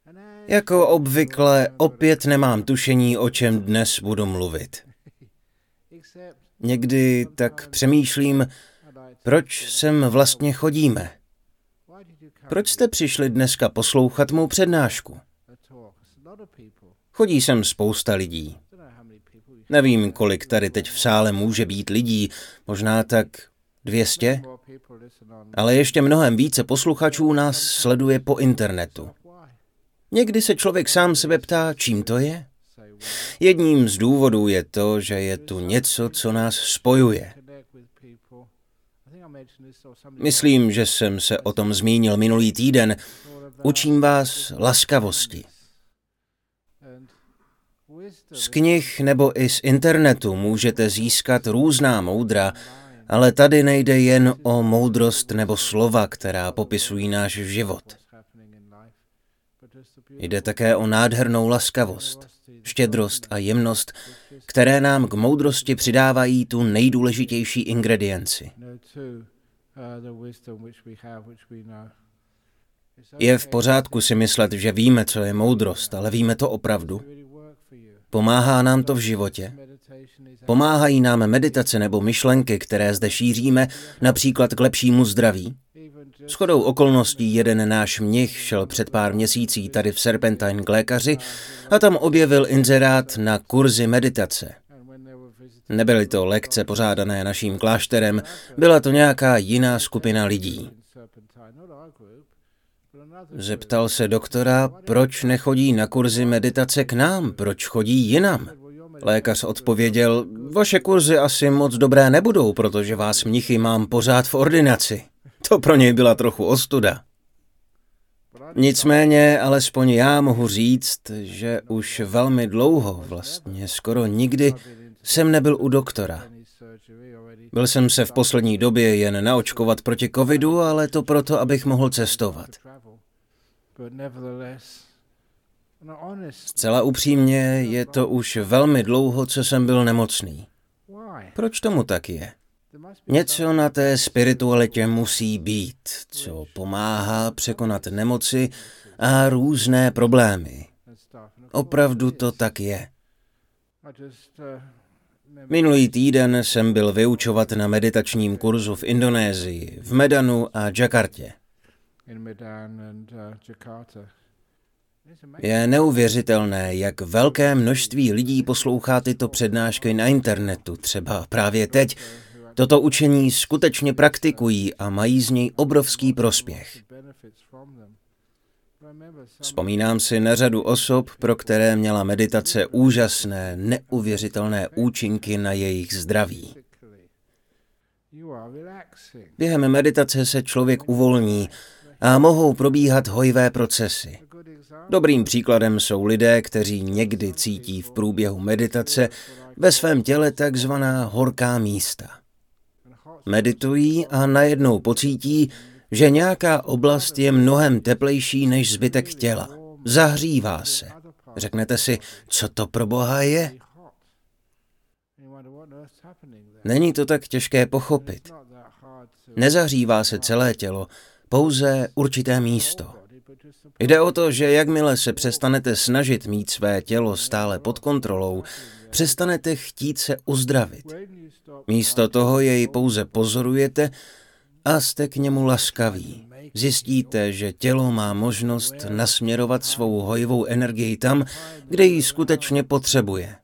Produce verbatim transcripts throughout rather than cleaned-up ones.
Jako obvykle opět nemám tušení, o čem dnes budu mluvit. Někdy tak přemýšlím, proč sem vlastně chodíme. Proč jste přišli dneska poslouchat mou přednášku? Chodí sem spousta lidí. Nevím, kolik tady teď v sále může být lidí, možná tak dvě stě, ale ještě mnohem více posluchačů nás sleduje po internetu. Někdy se člověk sám sebe ptá, čím to je? Jedním z důvodů je to, že je tu něco, co nás spojuje. Myslím, že jsem se o tom zmínil minulý týden. Učím vás laskavosti. Z knih nebo i z internetu můžete získat různá moudra, ale tady nejde jen o moudrost nebo slova, která popisují náš život. Jde také o nádhernou laskavost, štědrost a jemnost, které nám k moudrosti přidávají tu nejdůležitější ingredienci. Je v pořádku si myslet, že víme, co je moudrost, ale víme to opravdu? Pomáhá nám to v životě? Pomáhají nám meditace nebo myšlenky, které zde šíříme, například k lepšímu zdraví? Shodou okolností jeden náš mnich šel před pár měsící tady v Serpentine k lékaři a tam objevil inzerát na kurzy meditace. Nebyly to lekce pořádané naším klášterem, byla to nějaká jiná skupina lidí. Zeptal se doktora, proč nechodí na kurzy meditace k nám, proč chodí jinam. Lékař odpověděl, vaše kurzy asi moc dobré nebudou, protože vás mnichy mám pořád v ordinaci. To pro něj byla trochu ostuda. Nicméně, alespoň já mohu říct, že už velmi dlouho, vlastně skoro nikdy, jsem nebyl u doktora. Byl jsem se v poslední době jen naočkovat proti covidu, ale to proto, abych mohl cestovat. Zcela upřímně, je to už velmi dlouho, co jsem byl nemocný. Proč tomu tak je? Něco na té spiritualitě musí být, co pomáhá překonat nemoci a různé problémy. Opravdu to tak je. Minulý týden jsem byl vyučovat na meditačním kurzu v Indonésii, v Medanu a Jakartě. Je neuvěřitelné, jak velké množství lidí poslouchá tyto přednášky na internetu, třeba právě teď. Toto učení skutečně praktikují a mají z něj obrovský prospěch. Vzpomínám si na řadu osob, pro které měla meditace úžasné, neuvěřitelné účinky na jejich zdraví. Během meditace se člověk uvolní a mohou probíhat hojvé procesy. Dobrým příkladem jsou lidé, kteří někdy cítí v průběhu meditace ve svém těle takzvaná horká místa. Meditují a najednou pocítí, že nějaká oblast je mnohem teplejší než zbytek těla. Zahřívá se. Řeknete si, co to pro Boha je? Není to tak těžké pochopit. Nezahřívá se celé tělo, pouze určité místo. Jde o to, že jakmile se přestanete snažit mít své tělo stále pod kontrolou, přestanete chtít se uzdravit. Místo toho jej pouze pozorujete a jste k němu laskaví. Zjistíte, že tělo má možnost nasměrovat svou hojivou energii tam, kde ji skutečně potřebuje.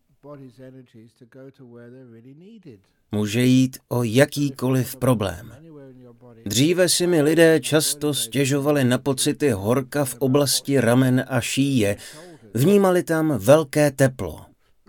Může jít o jakýkoliv problém. Dříve si mi lidé často stěžovali na pocity horka v oblasti ramen a šíje. Vnímali tam velké teplo.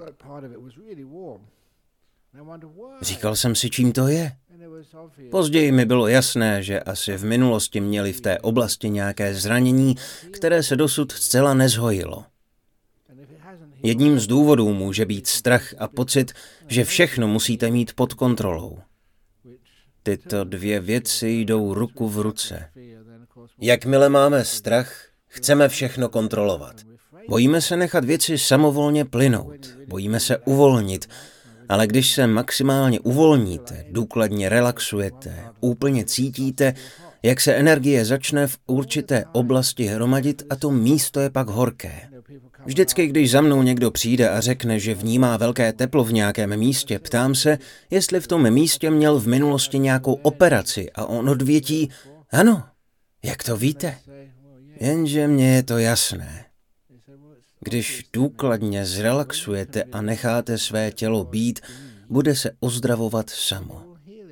Říkal jsem si, čím to je. Později mi bylo jasné, že asi v minulosti měli v té oblasti nějaké zranění, které se dosud zcela nezhojilo. Jedním z důvodů může být strach a pocit, že všechno musíte mít pod kontrolou. Tyto dvě věci jdou ruku v ruce. Jakmile máme strach, chceme všechno kontrolovat. Bojíme se nechat věci samovolně plynout, bojíme se uvolnit, ale když se maximálně uvolníte, důkladně relaxujete, úplně cítíte, Jak se energie začne v určité oblasti hromadit a to místo je pak horké. Vždycky, když za mnou někdo přijde a řekne, že vnímá velké teplo v nějakém místě, ptám se, jestli v tom místě měl v minulosti nějakou operaci a on odvětí, ano, jak to víte? Jenže mně je to jasné. Když důkladně zrelaxujete a necháte své tělo být, bude se ozdravovat samo.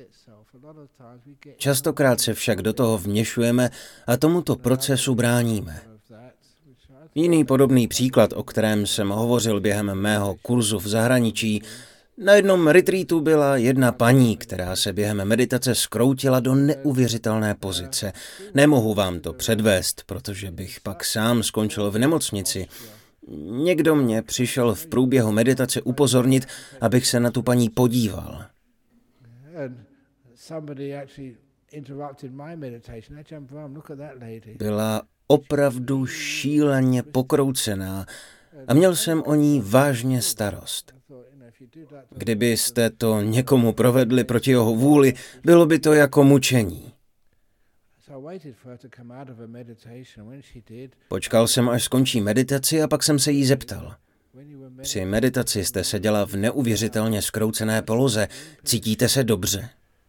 Častokrát se však do toho vměšujeme a tomuto procesu bráníme. Jiný podobný příklad, o kterém jsem hovořil během mého kurzu v zahraničí, na jednom retreatu byla jedna paní, která se během meditace zkroutila do neuvěřitelné pozice. Nemohu vám to předvést, protože bych pak sám skončil v nemocnici. Někdo mě přišel v průběhu meditace upozornit, abych se na tu paní podíval. Byla opravdu šíleně pokroucená a měl jsem o ní vážně starost. Kdybyste to někomu provedli proti jeho vůli, bylo by to jako mučení. Počkal jsem, až skončí meditaci a pak jsem se jí zeptal. Při meditaci jste seděla v neuvěřitelně zkroucené poloze. Cítíte se dobře?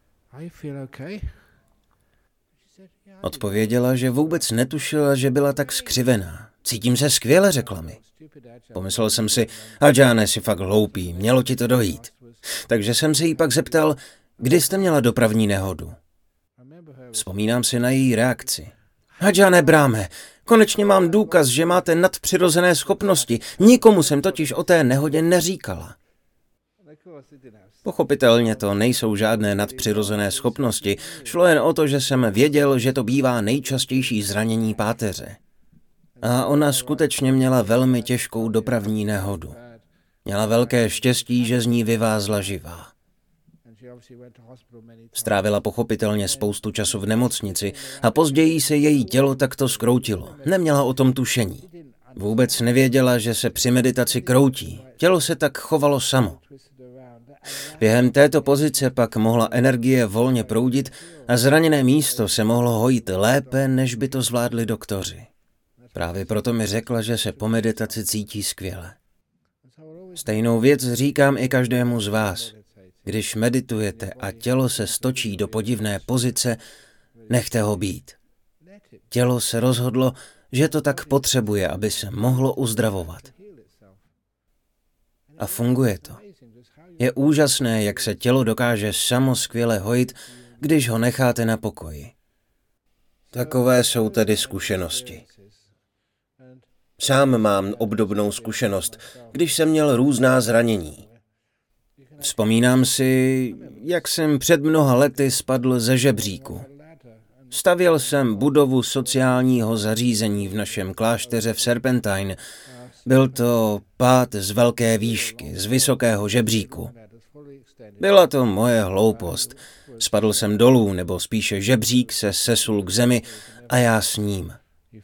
Odpověděla, že vůbec netušila, že byla tak skřivená. Cítím se skvěle, řekla mi. Pomyslel jsem si, Adžáne, jsi fakt hloupý, mělo ti to dojít. Takže jsem se jí pak zeptal, kdy jste měla dopravní nehodu. Vzpomínám si na její reakci. Adžáne Bráme, konečně mám důkaz, že máte nadpřirozené schopnosti. Nikomu jsem totiž o té nehodě neříkala. Pochopitelně to nejsou žádné nadpřirozené schopnosti. Šlo jen o to, že jsem věděl, že to bývá nejčastější zranění páteře. A ona skutečně měla velmi těžkou dopravní nehodu. Měla velké štěstí, že z ní vyvázla živá. Strávila pochopitelně spoustu času v nemocnici a později se její tělo takto zkroutilo. Neměla o tom tušení. Vůbec nevěděla, že se při meditaci kroutí. Tělo se tak chovalo samo. Během této pozice pak mohla energie volně proudit a zraněné místo se mohlo hojit lépe, než by to zvládli doktoři. Právě proto mi řekla, že se po meditaci cítí skvěle. Stejnou věc říkám i každému z vás. Když meditujete a tělo se stočí do podivné pozice, nechte ho být. Tělo se rozhodlo, že to tak potřebuje, aby se mohlo uzdravovat. A funguje to. Je úžasné, jak se tělo dokáže samo skvěle hojit, když ho necháte na pokoji. Takové jsou tedy zkušenosti. Sám mám obdobnou zkušenost, když jsem měl různá zranění. Vzpomínám si, jak jsem před mnoha lety spadl ze žebříku. Stavěl jsem budovu sociálního zařízení v našem klášteře v Serpentine. Byl to pád z velké výšky, z vysokého žebříku. Byla to moje hloupost. Spadl jsem dolů, nebo spíše žebřík se sesul k zemi a já s ním.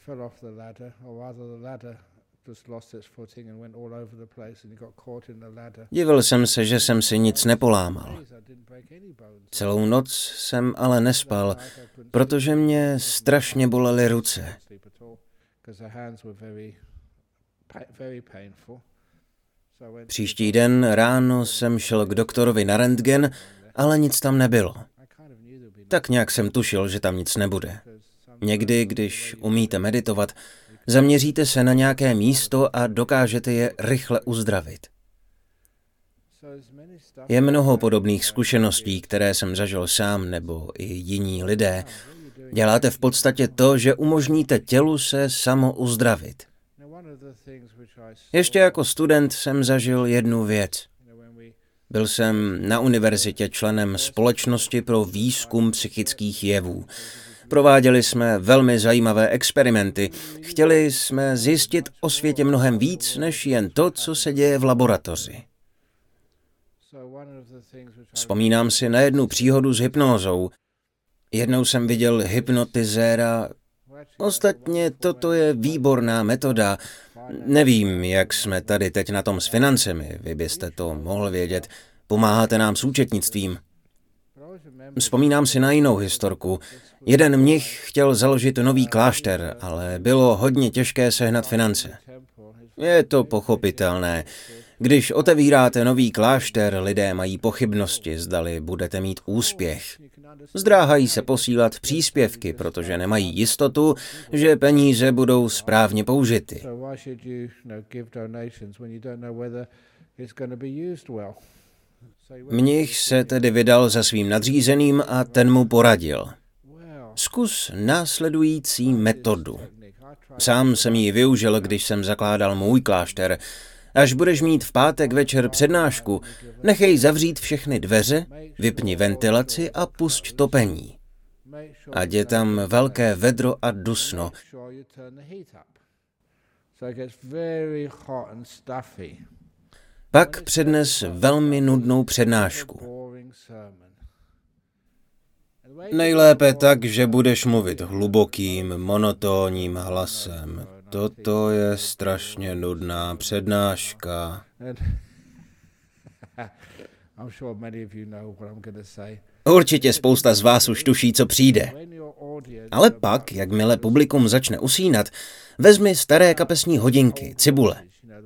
Divil jsem se, že jsem si nic nepolámal. Celou noc jsem ale nespal, protože mě strašně bolely ruce. Příští den ráno jsem šel k doktorovi na rentgen, ale nic tam nebylo. Tak nějak jsem tušil, že tam nic nebude. Někdy, když umíte meditovat, zaměříte se na nějaké místo a dokážete je rychle uzdravit. Je mnoho podobných zkušeností, které jsem zažil sám nebo i jiní lidé. Děláte v podstatě to, že umožníte tělu se samo uzdravit. Ještě jako student jsem zažil jednu věc. Byl jsem na univerzitě členem Společnosti pro výzkum psychických jevů. Prováděli jsme velmi zajímavé experimenty. Chtěli jsme zjistit o světě mnohem víc, než jen to, co se děje v laboratoři. Vzpomínám si na jednu příhodu s hypnózou. Jednou jsem viděl hypnotizéra. Ostatně toto je výborná metoda. Nevím, jak jsme tady teď na tom s financemi, vy byste to mohl vědět. Pomáháte nám s účetnictvím. Vzpomínám si na jinou historku. Jeden mnich chtěl založit nový klášter, ale bylo hodně těžké sehnat finance. Je to pochopitelné. Když otevíráte nový klášter, lidé mají pochybnosti, zdali budete mít úspěch. Zdráhají se posílat příspěvky, protože nemají jistotu, že peníze budou správně použity. Mnich se tedy vydal za svým nadřízeným a ten mu poradil. Zkus následující metodu. Sám jsem ji využil, když jsem zakládal můj klášter. Až budeš mít v pátek večer přednášku, nechej zavřít všechny dveře, vypni ventilaci a pusť topení. Ať je tam velké vedro a dusno. Pak přednes velmi nudnou přednášku. Nejlépe tak, že budeš mluvit hlubokým, monotónním hlasem. Toto je strašně nudná přednáška. Určitě spousta z vás už tuší, co přijde. Ale pak, jakmile publikum začne usínat, vezmi staré kapesní hodinky, cibule.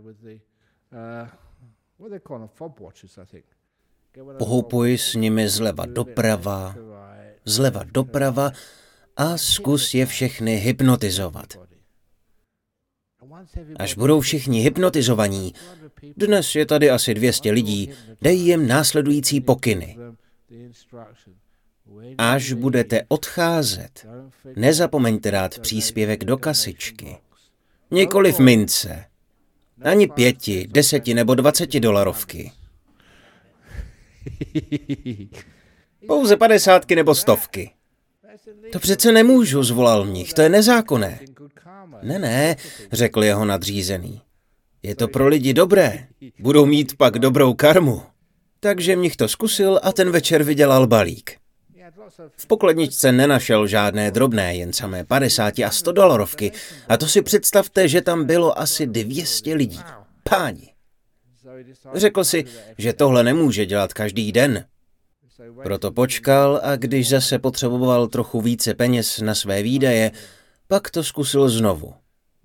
Pohoupuj s nimi zleva doprava, zleva doprava a zkus je všechny hypnotizovat. Až budou všichni hypnotizovaní, dnes je tady asi dvě stě lidí, dej jim následující pokyny. Až budete odcházet, nezapomeňte dát příspěvek do kasičky. Nikoliv mince, ani pěti, deseti nebo dvaceti dolarovky. Pouze padesátky nebo stovky. To přece nemůžu, zvolal mnich, to je nezákonné. Ne, ne, řekl jeho nadřízený. Je to pro lidi dobré, budou mít pak dobrou karmu. Takže mnich to zkusil a ten večer vydělal balík. V pokladničce nenašel žádné drobné, jen samé padesáti a sto dolarovky. A to si představte, že tam bylo asi dvě stě lidí. Páni. Řekl si, že tohle nemůže dělat každý den. Proto počkal a když zase potřeboval trochu více peněz na své výdaje, pak to zkusil znovu.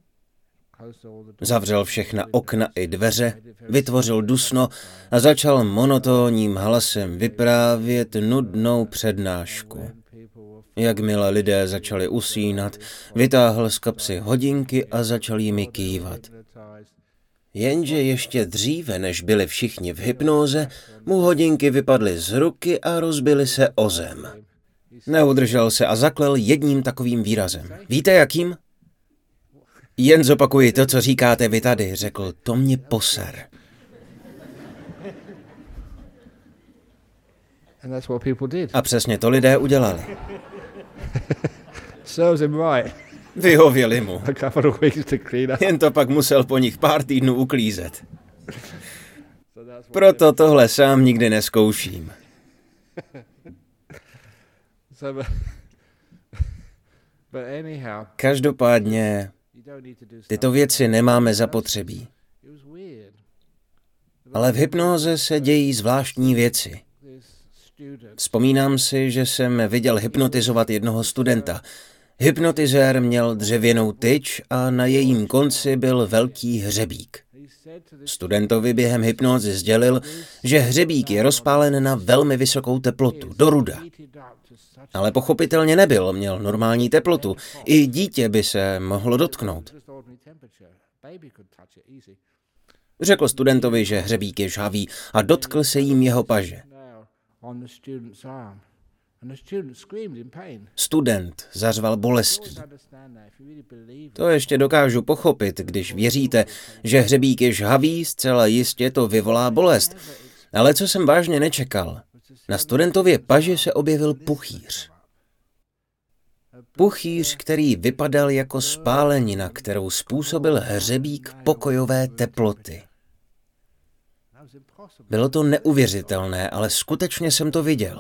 Zavřel všechna okna i dveře, vytvořil dusno a začal monotónním hlasem vyprávět nudnou přednášku. Jakmile lidé začali usínat, vytáhl z kapsy hodinky a začal jimi kývat. Jenže ještě dříve, než byli všichni v hypnóze, mu hodinky vypadly z ruky a rozbily se o zem. Neudržel se a zaklel jedním takovým výrazem. Víte jakým? Jen zopakuji to, co říkáte vy tady, řekl, to mě poser. A přesně to lidé udělali. Vyhověli mu. Jen to pak musel po nich pár týdnů uklízet. Proto tohle sám nikdy neskouším. Každopádně tyto věci nemáme zapotřebí. Ale v hypnóze se dějí zvláštní věci. Vzpomínám si, že jsem viděl hypnotizovat jednoho studenta. Hypnotizér měl dřevěnou tyč a na jejím konci byl velký hřebík. Studentovi během hypnózy sdělil, že hřebík je rozpálen na velmi vysokou teplotu, do ruda. Ale pochopitelně nebyl, měl normální teplotu. I dítě by se mohlo dotknout. Řekl studentovi, že hřebík je žhavý a dotkl se jím jeho paže. Student zařval bolestí. To ještě dokážu pochopit, když věříte, že hřebík je žhavý, zcela jistě to vyvolá bolest. Ale co jsem vážně nečekal, na studentově paži se objevil puchýř. Puchýř, který vypadal jako spálenina, kterou způsobil hřebík pokojové teploty. Bylo to neuvěřitelné, ale skutečně jsem to viděl.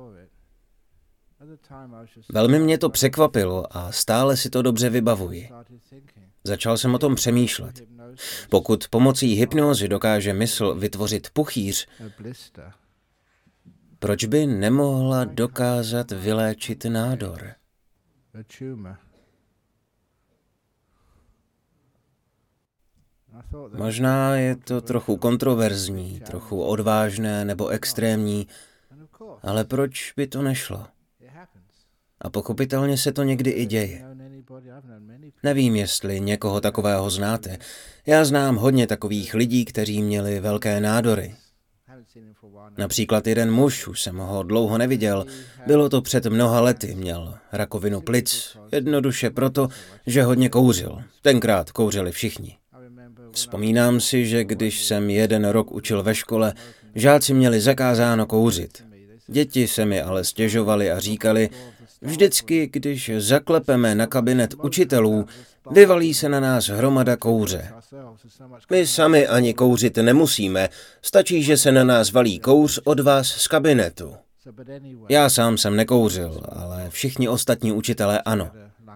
Velmi mě to překvapilo a stále si to dobře vybavuji. Začal jsem o tom přemýšlet. Pokud pomocí hypnózy dokáže mysl vytvořit puchýř, Proč by nemohla dokázat vyléčit nádor? Možná je to trochu kontroverzní, trochu odvážné nebo extrémní, ale proč by to nešlo? A pochopitelně se to někdy i děje. Nevím, jestli někoho takového znáte. Já znám hodně takových lidí, kteří měli velké nádory. Například jeden muž, už jsem ho dlouho neviděl, bylo to před mnoha lety, měl rakovinu plic, jednoduše proto, že hodně kouřil. Tenkrát kouřili všichni. Vzpomínám si, že když jsem jeden rok učil ve škole, žáci měli zakázáno kouřit. Děti se mi ale stěžovali a říkali, vždycky, když zaklepeme na kabinet učitelů, vyvalí se na nás hromada kouře. My sami ani kouřit nemusíme, stačí, že se na nás valí kouř od vás z kabinetu. Já sám jsem nekouřil, ale všichni ostatní učitelé ano.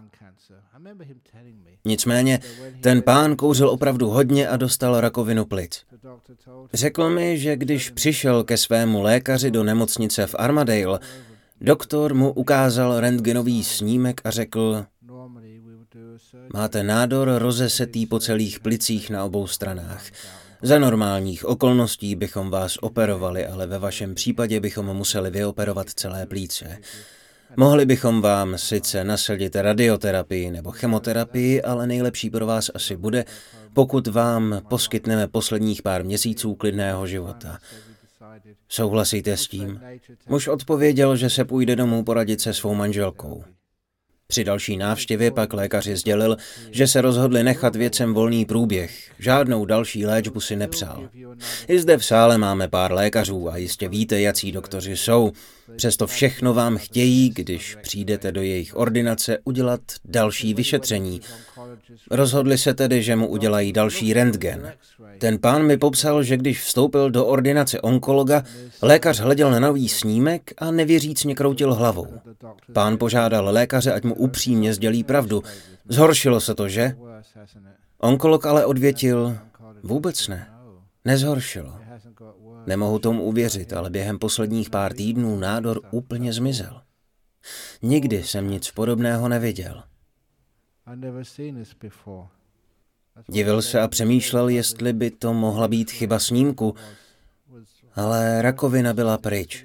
Nicméně, ten pán kouřil opravdu hodně a dostal rakovinu plic. Řekl mi, že když přišel ke svému lékaři do nemocnice v Armadale, doktor mu ukázal rentgenový snímek a řekl, máte nádor rozesetý po celých plicích na obou stranách. Za normálních okolností bychom vás operovali, ale ve vašem případě bychom museli vyoperovat celé plíce. Mohli bychom vám sice nasadit radioterapii nebo chemoterapii, ale nejlepší pro vás asi bude, pokud vám poskytneme posledních pár měsíců klidného života. Souhlasíte s tím? Muž odpověděl, že se půjde domů poradit se svou manželkou. Při další návštěvě pak lékaři sdělil, že se rozhodli nechat věcem volný průběh. Žádnou další léčbu si nepřál. I zde v sále máme pár lékařů a jistě víte, jací doktoři jsou. Přesto všechno vám chtějí, když přijdete do jejich ordinace, udělat další vyšetření. Rozhodli se tedy, že mu udělají další rentgen. Ten pán mi popsal, že když vstoupil do ordinace onkologa, lékař hleděl na nový snímek a nevěřícně kroutil hlavou. Pán požádal lékaře, ať mu upřímně sdělí pravdu. Zhoršilo se to, že? Onkolog ale odvětil, vůbec ne. Nezhoršilo. Nemohu tomu uvěřit, ale během posledních pár týdnů nádor úplně zmizel. Nikdy jsem nic podobného neviděl. Divil se a přemýšlel, jestli by to mohla být chyba snímku, ale rakovina byla pryč.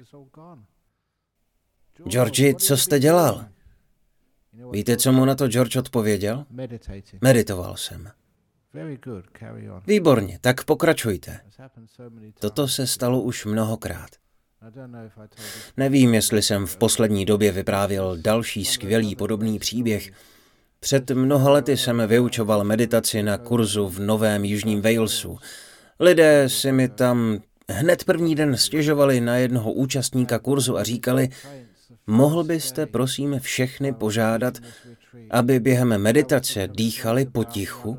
Georgi, co jste dělal? Víte, co mu na to George odpověděl? Meditoval jsem. Výborně, tak pokračujte. Toto se stalo už mnohokrát. Nevím, jestli jsem v poslední době vyprávěl další skvělý podobný příběh. Před mnoha lety jsem vyučoval meditaci na kurzu v Novém Jižním Walesu. Lidé si mi tam hned první den stěžovali na jednoho účastníka kurzu a říkali, mohl byste prosím všechny požádat, aby během meditace dýchali potichu?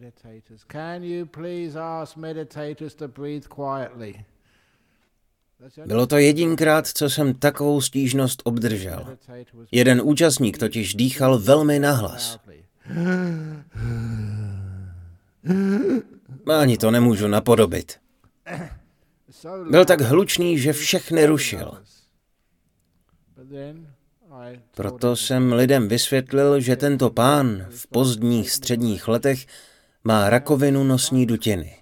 Bylo to jedinkrát, co jsem takovou stížnost obdržel. Jeden účastník totiž dýchal velmi nahlas. Ani to nemůžu napodobit. Byl tak hlučný, že všechny rušil. Proto jsem lidem vysvětlil, že tento pán v pozdních středních letech má rakovinu nosní dutiny.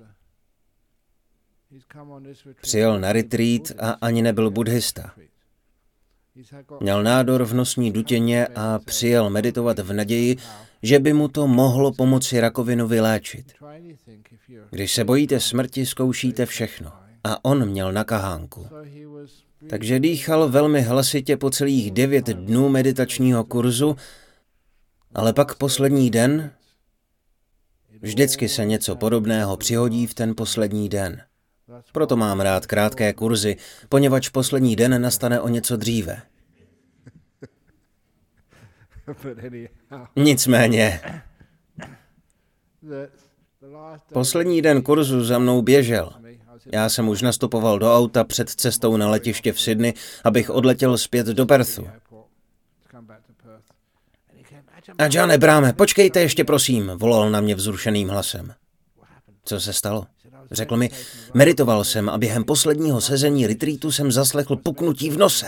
Přijel na retreat a ani nebyl buddhista. Měl nádor v nosní dutině a přijel meditovat v naději, že by mu to mohlo pomoci rakovinu vyléčit. Když se bojíte smrti, zkoušíte všechno. A on měl na kahánku. Takže dýchal velmi hlasitě po celých devět dnů meditačního kurzu, ale pak poslední den, vždycky se něco podobného přihodí v ten poslední den. Proto mám rád krátké kurzy, poněvadž poslední den nastane o něco dříve. Nicméně, poslední den kurzu za mnou běžel. Já jsem už nastupoval do auta před cestou na letiště v Sydney, abych odletěl zpět do Perthu. A Johne, bráme, počkejte ještě prosím, volal na mě vzrušeným hlasem. Co se stalo? Řekl mi, meditoval jsem a během posledního sezení retreatu jsem zaslechl puknutí v nose.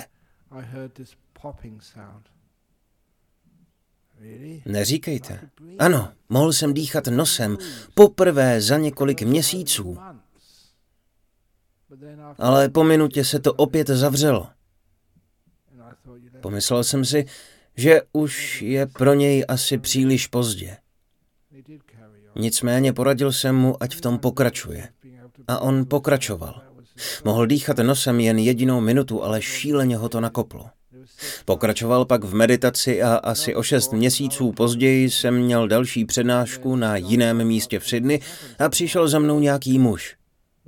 Neříkejte. Ano, mohl jsem dýchat nosem poprvé za několik měsíců. Ale po minutě se to opět zavřelo. Pomyslel jsem si, že už je pro něj asi příliš pozdě. Nicméně poradil jsem mu, ať v tom pokračuje. A on pokračoval. Mohl dýchat nosem jen jedinou minutu, ale šíleně ho to nakoplo. Pokračoval pak v meditaci a asi o šest měsíců později jsem měl další přednášku na jiném místě v Sydney a přišel za mnou nějaký muž.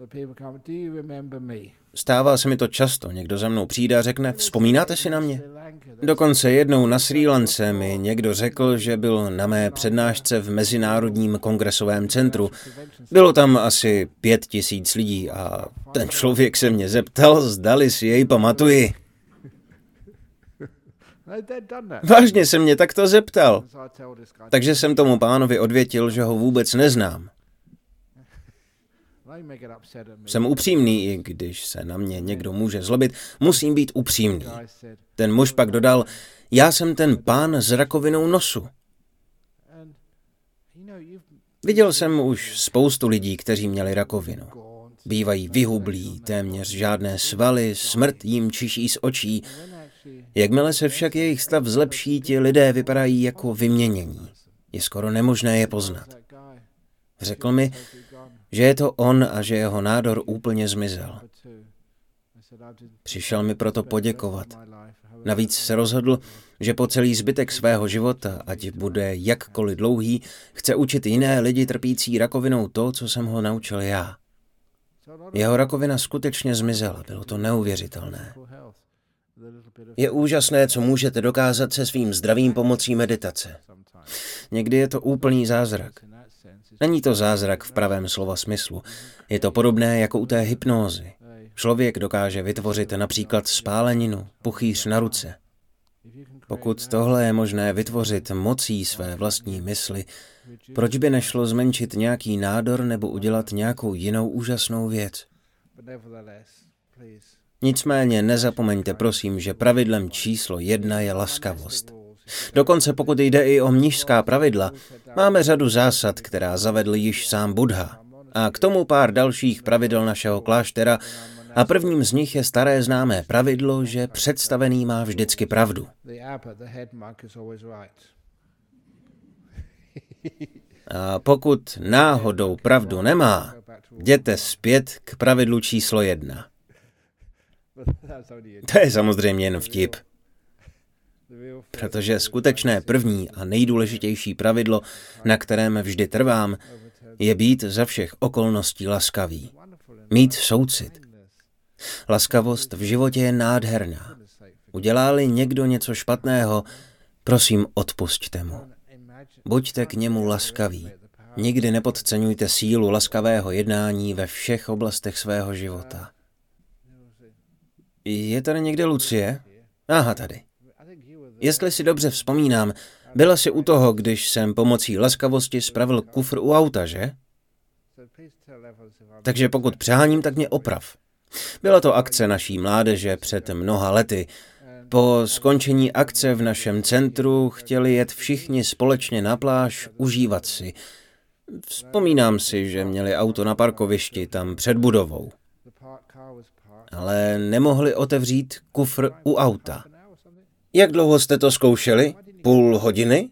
Stává se mi to často, někdo za mnou přijde a řekne, vzpomínáte si na mě? Dokonce jednou na Srí Lance mi někdo řekl, že byl na mé přednášce v Mezinárodním kongresovém centru. Bylo tam asi pět tisíc lidí a ten člověk se mě zeptal, zdali si jej pamatuji. Vážně se mě takto zeptal. Takže jsem tomu pánovi odvětil, že ho vůbec neznám. Jsem upřímný, i když se na mě někdo může zlobit, musím být upřímný. Ten muž pak dodal, já jsem ten pán s rakovinou nosu. Viděl jsem už spoustu lidí, kteří měli rakovinu. Bývají vyhublí, téměř žádné svaly, smrt jim čiší z očí. Jakmile se však jejich stav zlepší, ti lidé vypadají jako vyměnění. Je skoro nemožné je poznat. Řekl mi, že je to on a že jeho nádor úplně zmizel. Přišel mi proto poděkovat. Navíc se rozhodl, že po celý zbytek svého života, ať bude jakkoliv dlouhý, chce učit jiné lidi trpící rakovinou to, co jsem ho naučil já. Jeho rakovina skutečně zmizela, bylo to neuvěřitelné. Je úžasné, co můžete dokázat se svým zdravím pomocí meditace. Někdy je to úplný zázrak. Není to zázrak v pravém slova smyslu. Je to podobné jako u té hypnózy. Člověk dokáže vytvořit například spáleninu, puchýř na ruce. Pokud tohle je možné vytvořit mocí své vlastní mysli, proč by nešlo zmenšit nějaký nádor nebo udělat nějakou jinou úžasnou věc? Nicméně nezapomeňte prosím, že pravidlem číslo jedna je laskavost. Dokonce pokud jde i o mnišská pravidla, máme řadu zásad, která zavedl již sám Buddha. A k tomu pár dalších pravidel našeho kláštera a prvním z nich je staré známé pravidlo, že představený má vždycky pravdu. A pokud náhodou pravdu nemá, jděte zpět k pravidlu číslo jedna. To je samozřejmě jen vtip. Protože skutečné první a nejdůležitější pravidlo, na kterém vždy trvám, je být za všech okolností laskavý. Mít soucit. Laskavost v životě je nádherná. Udělá-li někdo něco špatného, prosím, odpusťte mu. Buďte k němu laskaví. Nikdy nepodceňujte sílu laskavého jednání ve všech oblastech svého života. Je tady někde Lucie? Aha, tady. Jestli si dobře vzpomínám, byla si u toho, když jsem pomocí laskavosti spravil kufr u auta, že? Takže pokud přeháním, tak mě oprav. Byla to akce naší mládeže před mnoha lety. Po skončení akce v našem centru chtěli jet všichni společně na pláž užívat si. Vzpomínám si, že měli auto na parkovišti tam před budovou. Ale nemohli otevřít kufr u auta. Jak dlouho jste to zkoušeli? Půl hodiny?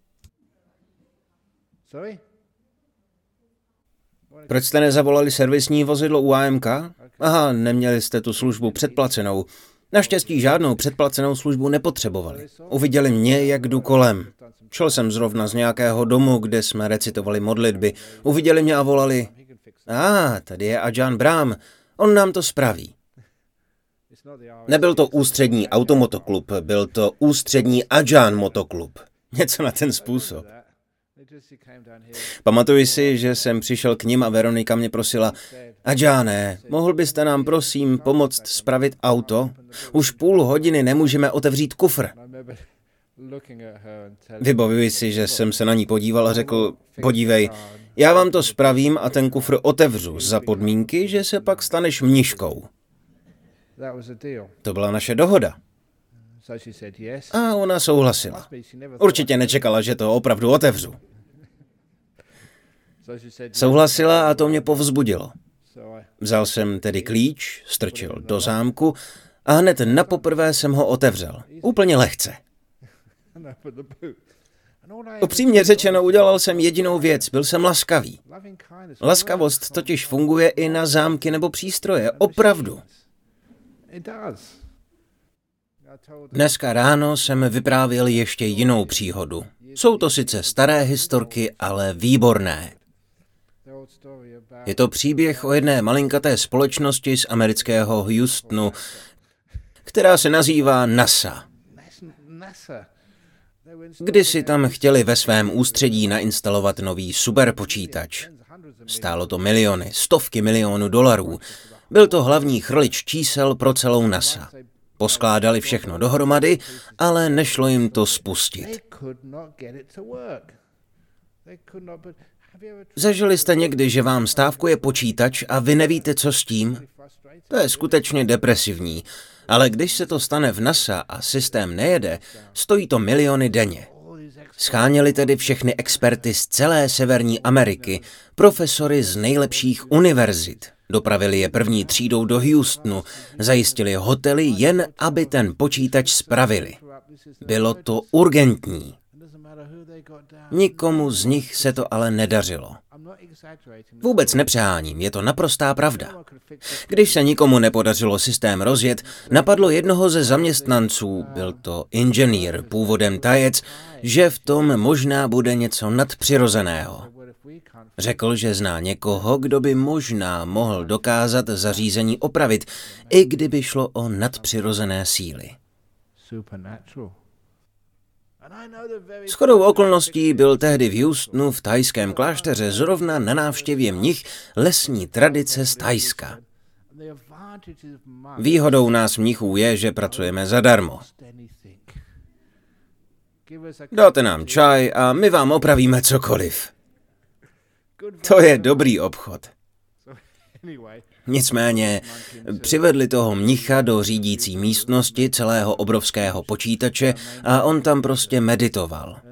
Proč jste nezavolali servisní vozidlo u A M K? Aha, neměli jste tu službu předplacenou. Naštěstí žádnou předplacenou službu nepotřebovali. Uviděli mě, jak jdu kolem. Šel jsem zrovna z nějakého domu, kde jsme recitovali modlitby. Uviděli mě a volali, a ah, tady je Ajahn Brahm, on nám to spraví. Nebyl to ústřední automotoklub, byl to ústřední Ajahn motoklub. Něco na ten způsob. Pamatuji si, že jsem přišel k nim a Veronika mě prosila, Ajahne, mohl byste nám prosím pomoct spravit auto? Už půl hodiny nemůžeme otevřít kufr. Vybavuji si, že jsem se na ní podíval a řekl, podívej, já vám to spravím a ten kufr otevřu za podmínky, že se pak staneš mniškou. To byla naše dohoda. A ona souhlasila. Určitě nečekala, že to opravdu otevřu. Souhlasila a to mě povzbudilo. Vzal jsem tedy klíč, strčil do zámku a hned napoprvé jsem ho otevřel. Úplně lehce. Upřímně řečeno, udělal jsem jedinou věc, byl jsem laskavý. Laskavost totiž funguje i na zámky nebo přístroje, opravdu. Dneska ráno jsem vyprávěl ještě jinou příhodu. Jsou to sice staré historky, ale výborné. Je to příběh o jedné malinkaté společnosti z amerického Houstonu, která se nazývá NASA. Kdysi tam chtěli ve svém ústředí nainstalovat nový superpočítač. Stálo to miliony, stovky milionů dolarů. Byl to hlavní chrlič čísel pro celou NASA. Poskládali všechno dohromady, ale nešlo jim to spustit. Zažili jste někdy, že vám stávkuje počítač a vy nevíte, co s tím? To je skutečně depresivní, ale když se to stane v NASA a systém nejede, stojí to miliony denně. Scháněli tedy všechny experty z celé Severní Ameriky, profesory z nejlepších univerzit. Dopravili je první třídou do Houstonu, zajistili hotely jen, aby ten počítač spravili. Bylo to urgentní. Nikomu z nich se to ale nedařilo. Vůbec nepřeháním, je to naprostá pravda. Když se nikomu nepodařilo systém rozjet, napadlo jednoho ze zaměstnanců, byl to inženýr, původem Tajec, že v tom možná bude něco nadpřirozeného. Řekl, že zná někoho, kdo by možná mohl dokázat zařízení opravit, i kdyby šlo o nadpřirozené síly. Shodou okolností byl tehdy v Houstonu v thajském klášteře zrovna na návštěvě mnich lesní tradice z Thajska. Výhodou nás mnichů je, že pracujeme zadarmo. Dáte nám čaj a my vám opravíme cokoliv. To je dobrý obchod. Nicméně přivedli toho mnicha do řídící místnosti celého obrovského počítače a on tam prostě meditoval.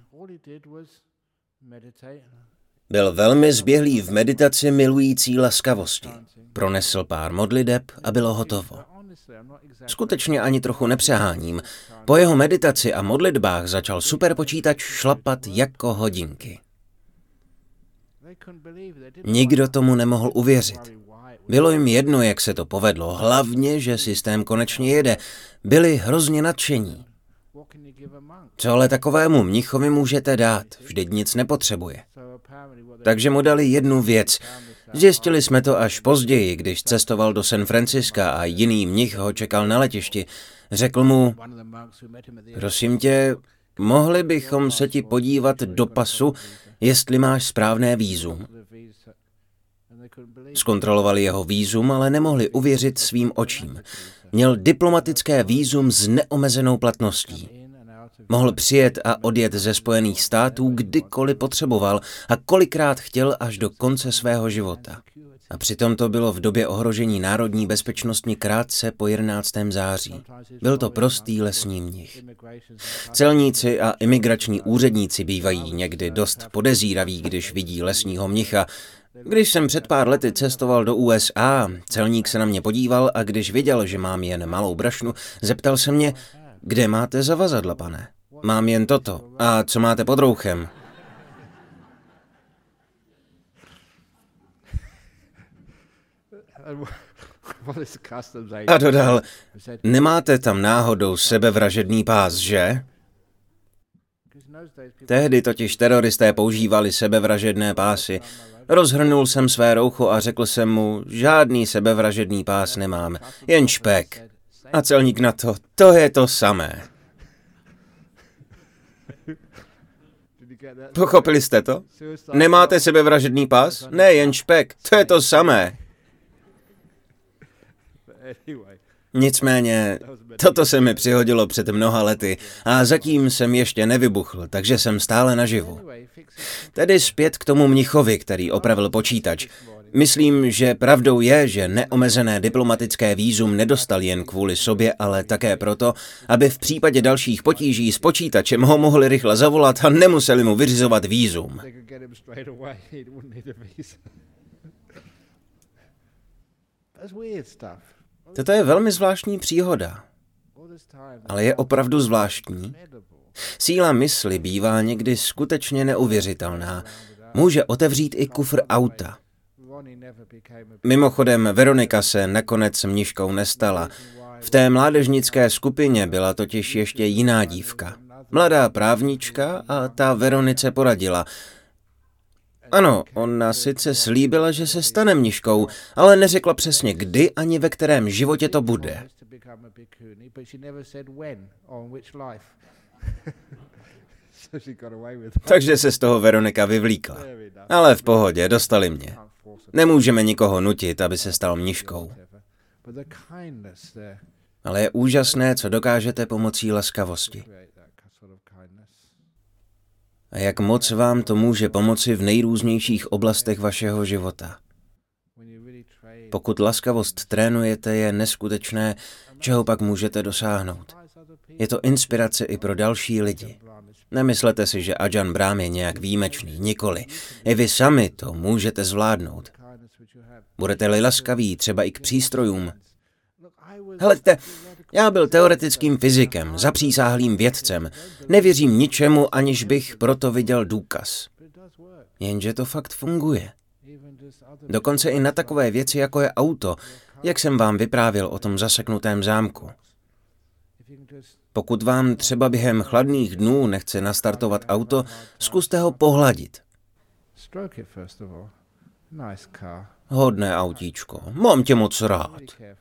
Byl velmi zběhlý v meditaci milující laskavosti. Pronesl pár modliteb a bylo hotovo. Skutečně ani trochu nepřeháním. Po jeho meditaci a modlitbách začal superpočítač šlapat jako hodinky. Nikdo tomu nemohl uvěřit. Bylo jim jedno, jak se to povedlo, hlavně, že systém konečně jede. Byli hrozně nadšení. Co ale takovému mnichovi můžete dát? Vždyť nic nepotřebuje. Takže mu dali jednu věc. Zjistili jsme to až později, když cestoval do San Franciska a jiný mnich ho čekal na letišti. Řekl mu, prosím tě, mohli bychom se ti podívat do pasu, jestli máš správné vízum. Zkontrolovali jeho vízum, ale nemohli uvěřit svým očím. Měl diplomatické vízum s neomezenou platností. Mohl přijet a odjet ze Spojených států kdykoliv potřeboval a kolikrát chtěl až do konce svého života. A přitom to bylo v době ohrožení národní bezpečnosti krátce po jedenáctého září. Byl to prostý lesní mnich. Celníci a imigrační úředníci bývají někdy dost podezíraví, když vidí lesního mnicha. Když jsem před pár lety cestoval do U S A, celník se na mě podíval a když viděl, že mám jen malou brašnu, zeptal se mě, kde máte zavazadla, pane? Mám jen toto. A co máte pod rouchem? A dodal, nemáte tam náhodou sebevražedný pás, že? Tehdy totiž teroristé používali sebevražedné pásy. Rozhrnul jsem své roucho a řekl jsem mu, žádný sebevražedný pás nemám, jen špek. A celník na to, to je to samé. Pochopili jste to? Nemáte sebevražedný pás? Ne, jen špek, to je to samé. Nicméně, toto se mi přihodilo před mnoha lety a zatím jsem ještě nevybuchl, takže jsem stále naživu. Tedy zpět k tomu mnichovi, který opravil počítač. Myslím, že pravdou je, že neomezené diplomatické vízum nedostal jen kvůli sobě, ale také proto, aby v případě dalších potíží s počítačem ho mohli rychle zavolat a nemuseli mu vyřizovat vízum. Toto je velmi zvláštní příhoda, ale je opravdu zvláštní. Síla mysli bývá někdy skutečně neuvěřitelná. Může otevřít i kufr auta. Mimochodem, Veronika se nakonec mniškou nestala. V té mládežnické skupině byla totiž ještě jiná dívka. Mladá právnička a ta Veronice poradila. Ano, ona sice slíbila, že se stane mniškou, ale neřekla přesně kdy ani ve kterém životě to bude. Takže se z toho Veronika vyvlíkla. Ale v pohodě, dostali mě. Nemůžeme nikoho nutit, aby se stal mniškou. Ale je úžasné, co dokážete pomocí laskavosti. A jak moc vám to může pomoci v nejrůznějších oblastech vašeho života. Pokud laskavost trénujete, je neskutečné, čeho pak můžete dosáhnout. Je to inspirace i pro další lidi. Nemyslete si, že Ajahn Brahm je nějak výjimečný, nikoli. I vy sami to můžete zvládnout. Budete-li laskaví třeba i k přístrojům. Hleďte, já byl teoretickým fyzikem, zapřísáhlým vědcem. Nevěřím ničemu, aniž bych proto viděl důkaz. Jenže to fakt funguje. Dokonce i na takové věci, jako je auto, jak jsem vám vyprávěl o tom zaseknutém zámku. Pokud vám třeba během chladných dnů nechce nastartovat auto, zkuste ho pohladit. Hodné autíčko, mám tě moc rád.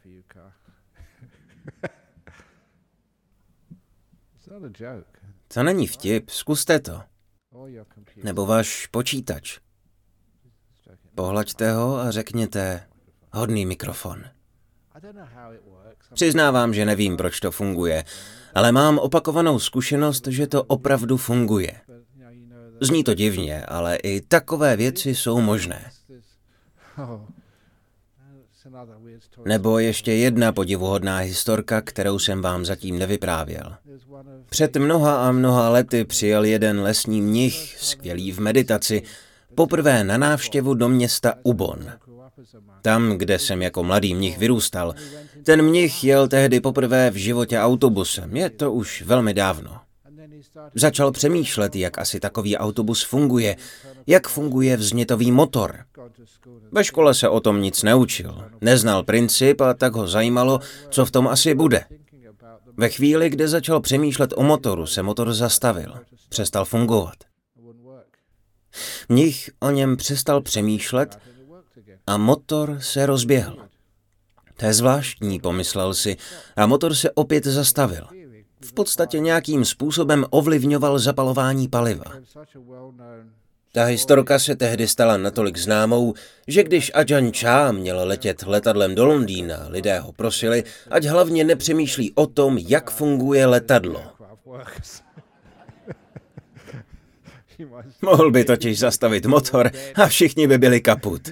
To není vtip, zkuste to. Nebo váš počítač. Pohlaďte ho a řekněte hodný mikrofon. Přiznávám, že nevím, proč to funguje, ale mám opakovanou zkušenost, že to opravdu funguje. Zní to divně, ale i takové věci jsou možné. Nebo ještě jedna podivuhodná historka, kterou jsem vám zatím nevyprávěl. Před mnoha a mnoha lety přijel jeden lesní mnich, skvělý v meditaci, poprvé na návštěvu do města Ubon. Tam, kde jsem jako mladý mnich vyrůstal. Ten mnich jel tehdy poprvé v životě autobusem, je to už velmi dávno. Začal přemýšlet, jak asi takový autobus funguje, jak funguje vznětový motor. Ve škole se o tom nic neučil, neznal princip a tak ho zajímalo, co v tom asi bude. Ve chvíli, kdy začal přemýšlet o motoru, se motor zastavil, přestal fungovat. Mnich o něm přestal přemýšlet a motor se rozběhl. To je zvláštní, pomyslel si, a motor se opět zastavil. V podstatě nějakým způsobem ovlivňoval zapalování paliva. Ta historka se tehdy stala natolik známou, že když Ajahn Chah měl letět letadlem do Londýna, lidé ho prosili, ať hlavně nepřemýšlí o tom, jak funguje letadlo. Mohl by totiž zastavit motor a všichni by byli kaput.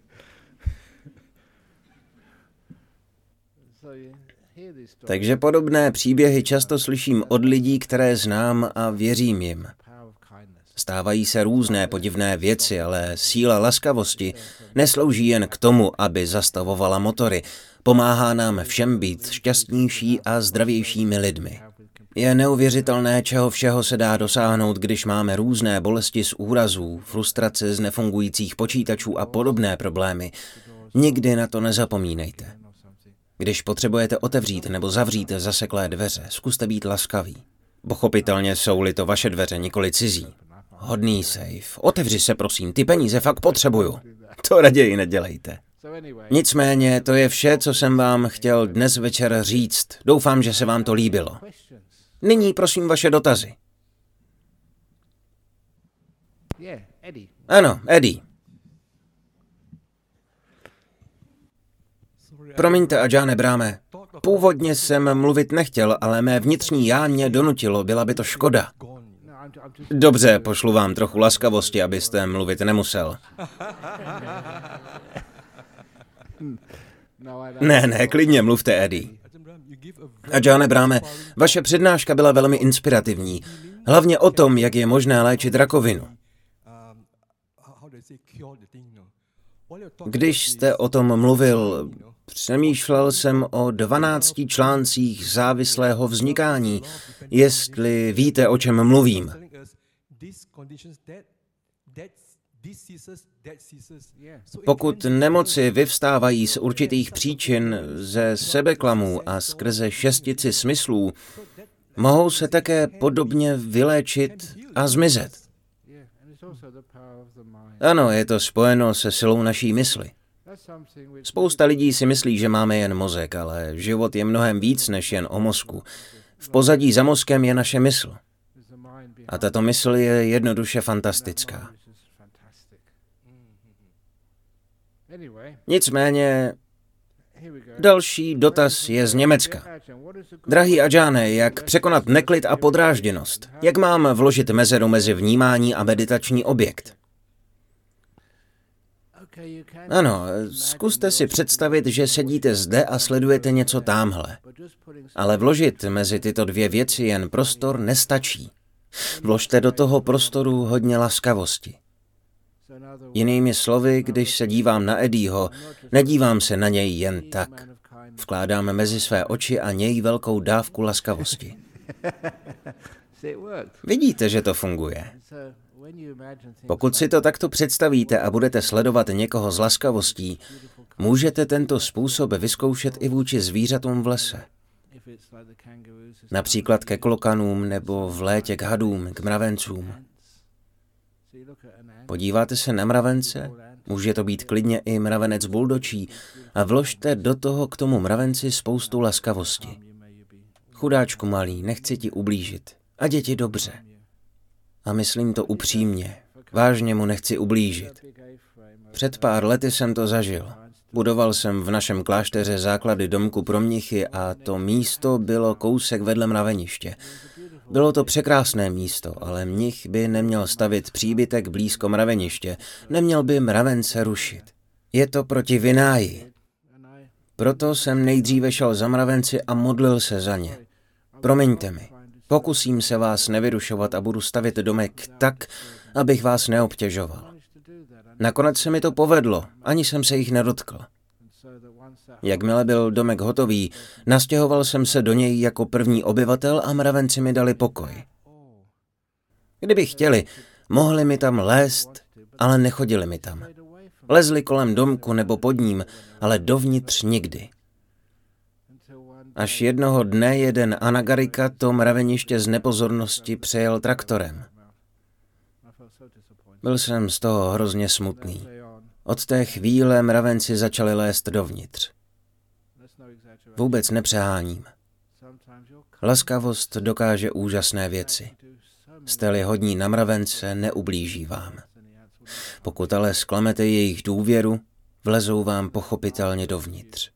Takže podobné příběhy často slyším od lidí, které znám a věřím jim. Stávají se různé podivné věci, ale síla laskavosti neslouží jen k tomu, aby zastavovala motory. Pomáhá nám všem být šťastnější a zdravějšími lidmi. Je neuvěřitelné, čeho všeho se dá dosáhnout, když máme různé bolesti z úrazů, frustrace z nefungujících počítačů a podobné problémy. Nikdy na to nezapomínejte. Když potřebujete otevřít nebo zavřít zaseklé dveře, zkuste být laskaví. Pochopitelně jsou-li to vaše dveře, nikoli cizí. Hodný safe. Otevři se, prosím, ty peníze fakt potřebuju. To raději nedělejte. Nicméně, to je vše, co jsem vám chtěl dnes večer říct. Doufám, že se vám to líbilo. Nyní prosím vaše dotazy. Ano, Eddie. Promiňte, Ajahne Brahme, Původně jsem mluvit nechtěl, ale mé vnitřní já mě donutilo, byla by to škoda. Dobře, pošlu vám trochu laskavosti, abyste mluvit nemusel. Ne, ne, klidně mluvte, Eddie. A Johne Brahme, vaše přednáška byla velmi inspirativní. Hlavně o tom, jak je možné léčit rakovinu. Když jste o tom mluvil, přemýšlel jsem o dvanácti článcích závislého vznikání, jestli víte, o čem mluvím. Pokud nemoci vyvstávají z určitých příčin, ze sebeklamů a skrze šestici smyslů, mohou se také podobně vyléčit a zmizet. Ano, je to spojeno se silou naší mysli. Spousta lidí si myslí, že máme jen mozek, ale život je mnohem víc než jen o mozku. V pozadí za mozkem je naše mysl. A tato mysl je jednoduše fantastická. Nicméně, další dotaz je z Německa. Drahý Ajahne, jak překonat neklid a podrážděnost? Jak mám vložit mezeru mezi vnímání a meditační objekt? Ano, zkuste si představit, že sedíte zde a sledujete něco támhle. Ale vložit mezi tyto dvě věci jen prostor nestačí. Vložte do toho prostoru hodně laskavosti. Jinými slovy, když se dívám na Eddieho, nedívám se na něj jen tak. Vkládám mezi své oči a něj velkou dávku laskavosti. Vidíte, že to funguje. Pokud si to takto představíte a budete sledovat někoho s laskavostí, můžete tento způsob vyzkoušet i vůči zvířatům v lese. Například ke klokanům nebo v létě k hadům, k mravencům. Podíváte se na mravence, může to být klidně i mravenec buldočí, a vložte do toho k tomu mravenci spoustu laskavosti. Chudáčku malý, nechci ti ublížit. A děti dobře. A myslím to upřímně. Vážně mu nechci ublížit. Před pár lety jsem to zažil. Budoval jsem v našem klášteře základy domku pro mnichy a to místo bylo kousek vedle mraveniště. Bylo to překrásné místo, ale mnich by neměl stavit příbytek blízko mraveniště, neměl by mravence rušit. Je to proti vináji. Proto jsem nejdříve šel za mravenci a modlil se za ně. Promiňte mi, pokusím se vás nevyrušovat a budu stavět domek tak, abych vás neobtěžoval. Nakonec se mi to povedlo, ani jsem se jich nedotkl. Jakmile byl domek hotový, nastěhoval jsem se do něj jako první obyvatel a mravenci mi dali pokoj. Kdyby chtěli, mohli mi tam lézt, ale nechodili mi tam. Lezli kolem domku nebo pod ním, ale dovnitř nikdy. Až jednoho dne jeden anagarika to mraveniště z nepozornosti přejel traktorem. Byl jsem z toho hrozně smutný. Od té chvíle mravenci začali lézt dovnitř. Vůbec nepřeháním. Laskavost dokáže úžasné věci. Jste-li hodní na mravence, neublíží vám. Pokud ale zklamete jejich důvěru, vlezou vám pochopitelně dovnitř.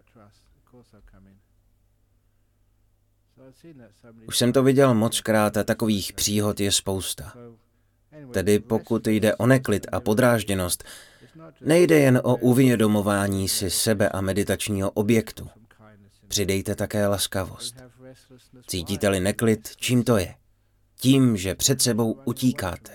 Už jsem to viděl mockrát a takových příhod je spousta. Tedy pokud jde o neklid a podrážděnost, nejde jen o uvědomování si sebe a meditačního objektu. Přidejte také laskavost. Cítíte-li neklid, čím to je? Tím, že před sebou utíkáte.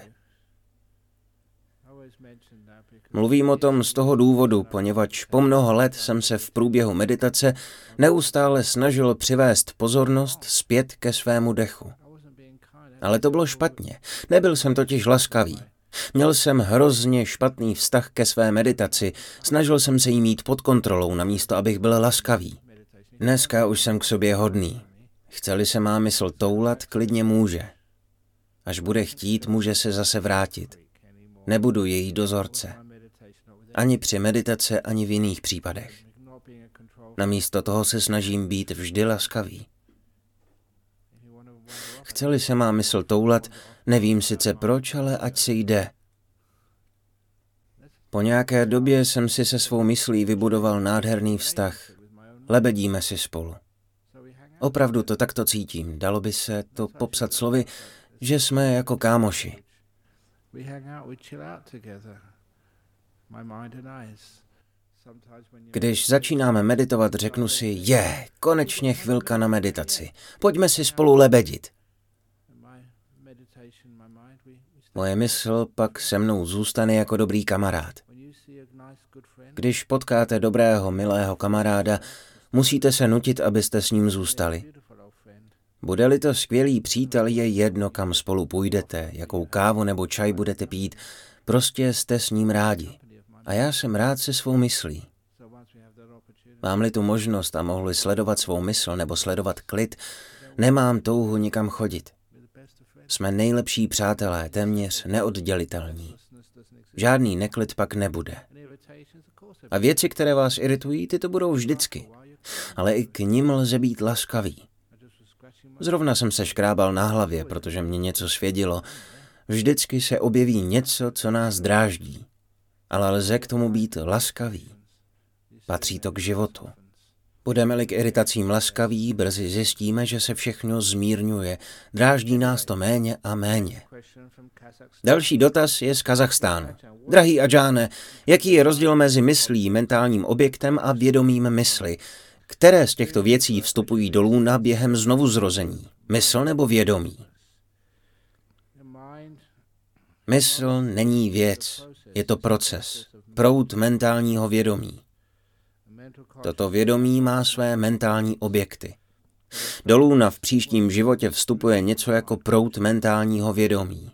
Mluvím o tom z toho důvodu, poněvadž po mnoho let jsem se v průběhu meditace neustále snažil přivést pozornost zpět ke svému dechu. Ale to bylo špatně. Nebyl jsem totiž laskavý. Měl jsem hrozně špatný vztah ke své meditaci. Snažil jsem se jí mít pod kontrolou, namísto abych byl laskavý. Dneska už jsem k sobě hodný. Chce-li se má mysl toulat, klidně může. Až bude chtít, může se zase vrátit. Nebudu její dozorce. Ani při meditaci, ani v jiných případech. Namísto toho se snažím být vždy laskavý. Chce-li se má mysl toulat, nevím sice proč, ale ať si jde. Po nějaké době jsem si se svou myslí vybudoval nádherný vztah. lebedíme si spolu. Opravdu to takto cítím. Dalo by se to popsat slovy, že jsme jako kámoši. Když začínáme meditovat, řeknu si, je, konečně chvilka na meditaci. Pojďme si spolu lebedit. Moje mysl pak se mnou zůstane jako dobrý kamarád. Když potkáte dobrého, milého kamaráda, musíte se nutit, abyste s ním zůstali. Bude-li to skvělý přítel, je jedno, kam spolu půjdete, jakou kávu nebo čaj budete pít, prostě jste s ním rádi. A já jsem rád se svou myslí. Mám-li tu možnost a mohu-li sledovat svou mysl nebo sledovat klid, nemám touhu nikam chodit. Jsme nejlepší přátelé, téměř neoddělitelní. Žádný neklid pak nebude. A věci, které vás iritují, ty to budou vždycky. Ale i k nim lze být laskavý. Zrovna jsem se škrábal na hlavě, protože mě něco svědilo. Vždycky se objeví něco, co nás dráždí. Ale lze k tomu být laskavý. Patří to k životu. Budeme-li k iritacím laskaví, brzy zjistíme, že se všechno zmírňuje. Dráždí nás to méně a méně. Další dotaz je z Kazachstánu. Drahý Adžáne, jaký je rozdíl mezi myslí, mentálním objektem a vědomím mysli? Které z těchto věcí vstupují do lůna během znovuzrození? Mysl nebo vědomí? Mysl není věc, je to proces, proud mentálního vědomí. Toto vědomí má své mentální objekty. Do lůna v příštím životě vstupuje něco jako proud mentálního vědomí.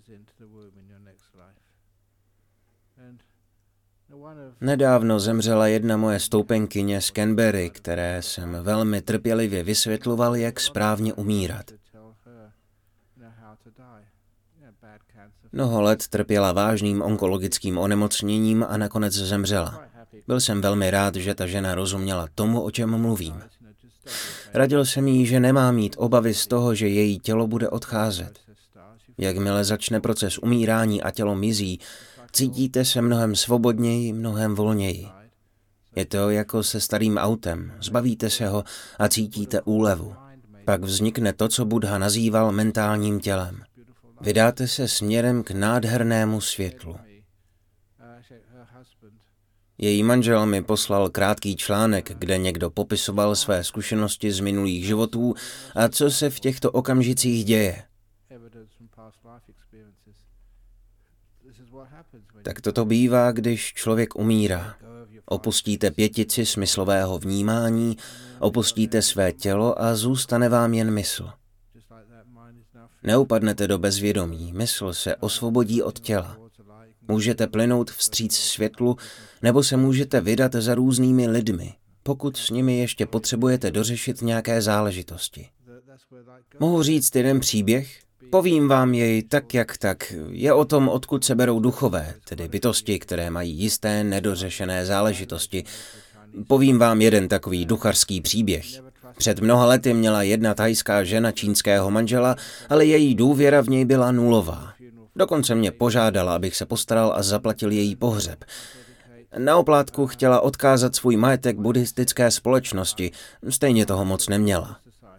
Nedávno zemřela jedna moje stoupenkyně z Canberry, které jsem velmi trpělivě vysvětloval, jak správně umírat. Mnoho let trpěla vážným onkologickým onemocněním a nakonec zemřela. Byl jsem velmi rád, že ta žena rozuměla tomu, o čem mluvím. Radil jsem jí, že nemá mít obavy z toho, že její tělo bude odcházet. Jakmile začne proces umírání a tělo mizí, cítíte se mnohem svobodněji, mnohem volněji. Je to jako se starým autem, zbavíte se ho a cítíte úlevu. Pak vznikne to, co Buddha nazýval mentálním tělem. Vydáte se směrem k nádhernému světlu. Její manžel mi poslal krátký článek, kde někdo popisoval své zkušenosti z minulých životů a co se v těchto okamžicích děje. Tak toto bývá, když člověk umírá. Opustíte pětici smyslového vnímání, opustíte své tělo a zůstane vám jen mysl. Neupadnete do bezvědomí, mysl se osvobodí od těla. Můžete plynout vstříc světlu, nebo se můžete vydat za různými lidmi, pokud s nimi ještě potřebujete dořešit nějaké záležitosti. Mohu říct jeden příběh? Povím vám jej tak, jak tak. Je o tom, odkud se berou duchové, tedy bytosti, které mají jisté nedořešené záležitosti. Povím vám jeden takový ducharský příběh. Před mnoha lety měla jedna thajská žena čínského manžela, ale její důvěra v něj byla nulová. Dokonce mě požádala, abych se postaral a zaplatil její pohřeb. Na oplátku chtěla odkázat svůj majetek buddhistické společnosti, stejně toho moc neměla.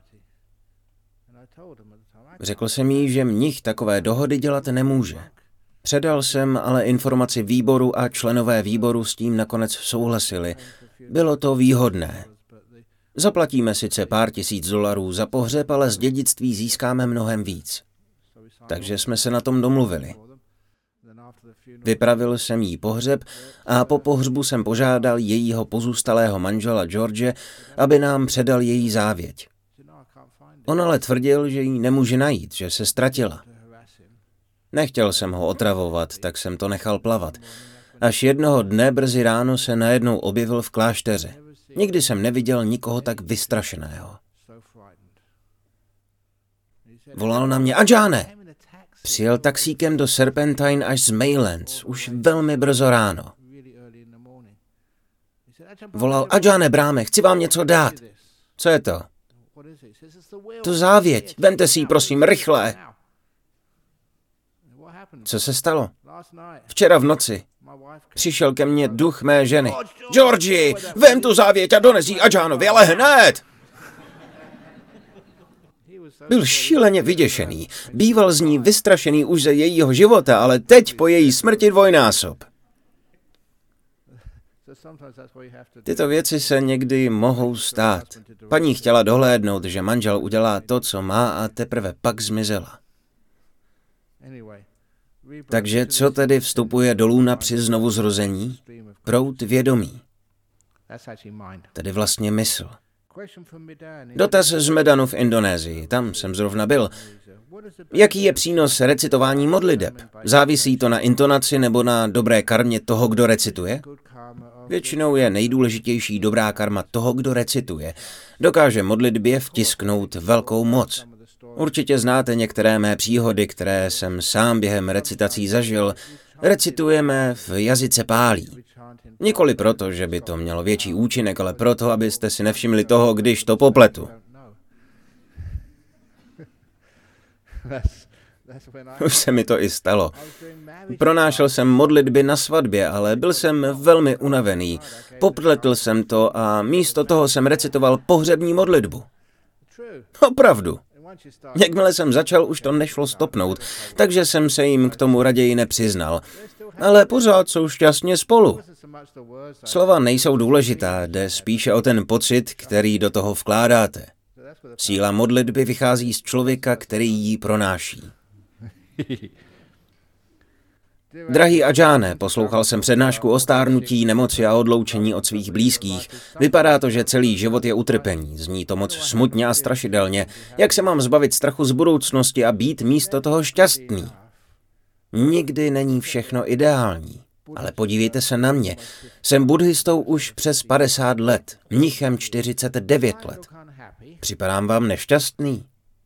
Řekl jsem jí, že mnich takové dohody dělat nemůže. Předal jsem ale informaci výboru a členové výboru s tím nakonec souhlasili. Bylo to výhodné. Zaplatíme sice pár tisíc dolarů za pohřeb, ale z dědictví získáme mnohem víc. Takže jsme se na tom domluvili. Vypravil jsem jí pohřeb a po pohřbu jsem požádal jejího pozůstalého manžela George, aby nám předal její závěť. On ale tvrdil, že ji nemůže najít, že se ztratila. Nechtěl jsem ho otravovat, tak jsem to nechal plavat. Až jednoho dne brzy ráno se najednou objevil v klášteře. Nikdy jsem neviděl nikoho tak vystrašeného. Volal na mě: Adžáne! Přijel taxíkem do Serpentine až z Maylands, už velmi brzo ráno. Volal: Adžáne, bráme, chci vám něco dát. Co je to? To závěť, vemte si ji prosím, rychle. Co se stalo? Včera v noci Přišel ke mně duch mé ženy. Georgi, vem tu závěť a dones ji Adžánovi, ale hned! Byl šíleně vyděšený. Býval z ní vystrašený už ze jejího života, ale teď po její smrti dvojnásob. Tyto věci se někdy mohou stát. Paní chtěla dohlédnout, že manžel udělá to, co má, a teprve pak zmizela. Takže co tedy vstupuje do lůna při znovuzrození? Proud vědomí. Tedy vlastně mysl. Dotaz z Medanu v Indonésii, tam jsem zrovna byl. Jaký je přínos recitování modliteb? Závisí to na intonaci nebo na dobré karmě toho, kdo recituje? Většinou je nejdůležitější dobrá karma toho, kdo recituje. Dokáže modlitbě vtisknout velkou moc. Určitě znáte některé mé příhody, které jsem sám během recitací zažil. Recitujeme v jazyce pálí. Nikoli proto, že by to mělo větší účinek, ale proto, abyste si nevšimli toho, když to popletu. Už se mi to i stalo. Pronášel jsem modlitby na svatbě, ale byl jsem velmi unavený. Popletl jsem to a místo toho jsem recitoval pohřební modlitbu. Opravdu. Jakmile jsem začal, už to nešlo stopnout, takže jsem se jim k tomu raději nepřiznal. Ale pořád jsou šťastně spolu. Slova nejsou důležitá, jde spíše o ten pocit, který do toho vkládáte. Síla modlitby vychází z člověka, který ji pronáší. Drahý Adžáne, poslouchal jsem přednášku o stárnutí, nemoci a odloučení od svých blízkých. Vypadá to, že celý život je utrpení. Zní to moc smutně a strašidelně. Jak se mám zbavit strachu z budoucnosti a být místo toho šťastný? Nikdy není všechno ideální. Ale podívejte se na mě. Jsem buddhistou už přes padesát let, mnichem čtyřicet devět let. Připadám vám nešťastný?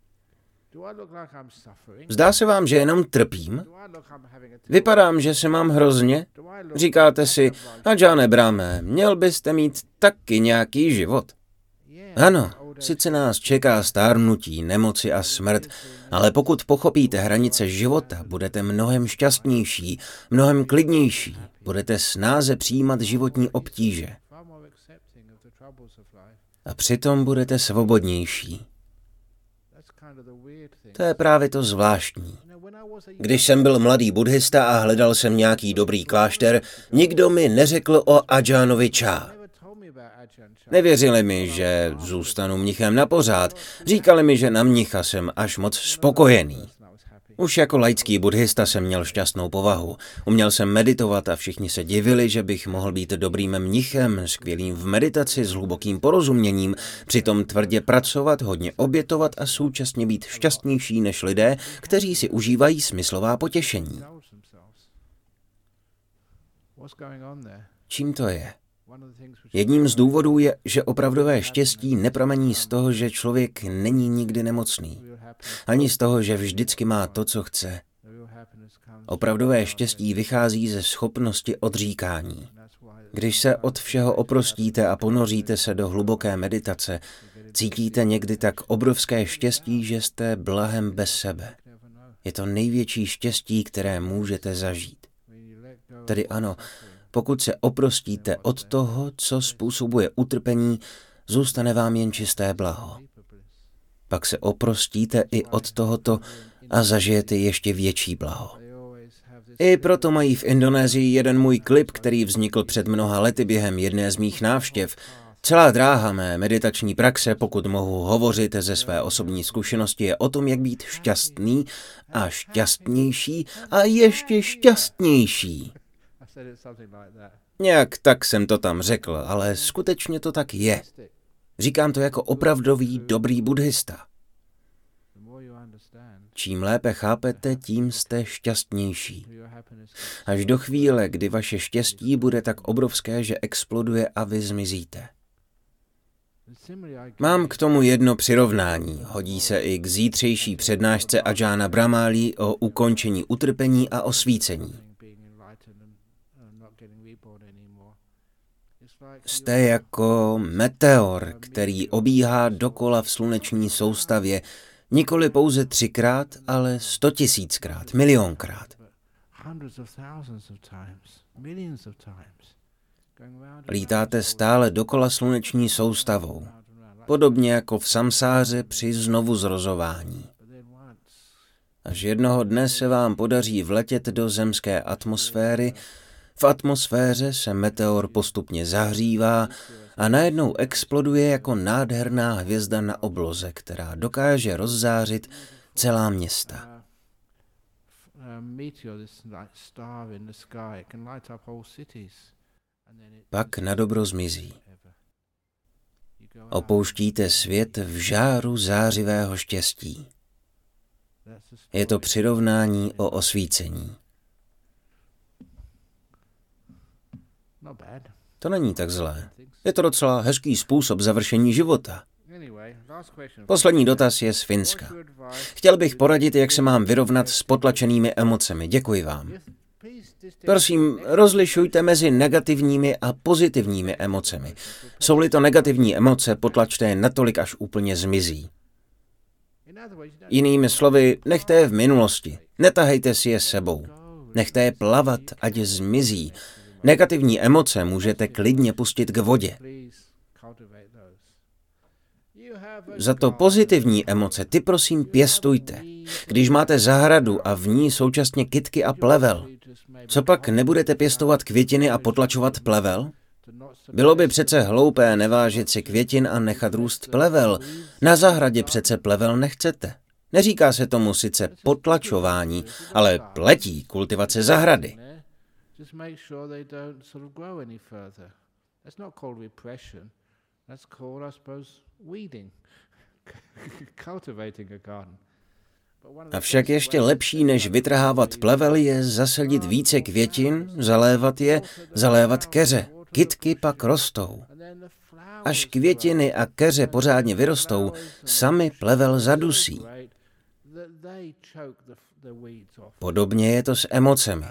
Zdá se vám, že jenom trpím? Vypadám, že se mám hrozně? Říkáte si, Adžáne Brahme, měl byste mít taky nějaký život. Ano, sice nás čeká stárnutí, nemoci a smrt, ale pokud pochopíte hranice života, budete mnohem šťastnější, mnohem klidnější, budete snáze přijímat životní obtíže. A přitom budete svobodnější. To je právě to zvláštní. Když jsem byl mladý buddhista a hledal jsem nějaký dobrý klášter, nikdo mi neřekl o Adžánovi Chah. Nevěřili mi, že zůstanu mnichem na pořád. Říkali mi, že na mnicha jsem až moc spokojený. Už jako laický buddhista jsem měl šťastnou povahu. Uměl jsem meditovat a všichni se divili, že bych mohl být dobrým mnichem, skvělým v meditaci s hlubokým porozuměním, přitom tvrdě pracovat, hodně obětovat a současně být šťastnější než lidé, kteří si užívají smyslová potěšení. Čím to je? Jedním z důvodů je, že opravdové štěstí nepramení z toho, že člověk není nikdy nemocný. Ani z toho, že vždycky má to, co chce. Opravdové štěstí vychází ze schopnosti odříkání. Když se od všeho oprostíte a ponoříte se do hluboké meditace, cítíte někdy tak obrovské štěstí, že jste blahem bez sebe. Je to největší štěstí, které můžete zažít. Tedy ano, pokud se oprostíte od toho, co způsobuje utrpení, zůstane vám jen čisté blaho. Pak se oprostíte i od tohoto a zažijete ještě větší blaho. I proto mají v Indonésii jeden můj klip, který vznikl před mnoha lety během jedné z mých návštěv. Celá dráha mé meditační praxe, pokud mohu hovořit ze své osobní zkušenosti, je o tom, jak být šťastný a šťastnější a ještě šťastnější. Nějak tak jsem to tam řekl, ale skutečně to tak je. Říkám to jako opravdový dobrý buddhista. Čím lépe chápete, tím jste šťastnější. Až do chvíle, kdy vaše štěstí bude tak obrovské, že exploduje a vy zmizíte. Mám k tomu jedno přirovnání. Hodí se i k zítřejší přednášce Adžána Brahmáli o ukončení utrpení a osvícení. Jste jako meteor, který obíhá dokola v sluneční soustavě, nikoli pouze třikrát, ale stotisíckrát, milionkrát. Lítáte stále dokola sluneční soustavou, podobně jako v samsáře při znovuzrozování. Až jednoho dne se vám podaří vletět do zemské atmosféry, v atmosféře se meteor postupně zahřívá a najednou exploduje jako nádherná hvězda na obloze, která dokáže rozzářit celá města. Pak nadobro zmizí. Opouštíte svět v žáru zářivého štěstí. Je to přirovnání o osvícení. To není tak zlé. Je to docela hezký způsob završení života. Poslední dotaz je z Finska. Chtěl bych poradit, jak se mám vyrovnat s potlačenými emocemi. Děkuji vám. Prosím, rozlišujte mezi negativními a pozitivními emocemi. Jsou-li to negativní emoce, potlačte je natolik, až úplně zmizí. Jinými slovy, nechte je v minulosti. Netahejte si je sebou. Nechte je plavat, ať zmizí. Negativní emoce můžete klidně pustit k vodě. Za to pozitivní emoce, ty prosím pěstujte. Když máte zahradu a v ní současně kytky a plevel, co pak nebudete pěstovat květiny a potlačovat plevel? Bylo by přece hloupé nevážit si květin a nechat růst plevel. Na zahradě přece plevel nechcete. Neříká se tomu sice potlačování, ale pletí kultivace zahrady. Avšak ještě lepší, než vytrhávat plevel, je zasadit více květin, zalévat je, zalévat keře. Kytky pak rostou. Až květiny a keře pořádně vyrostou, sami plevel zadusí. Podobně je to s emocemi.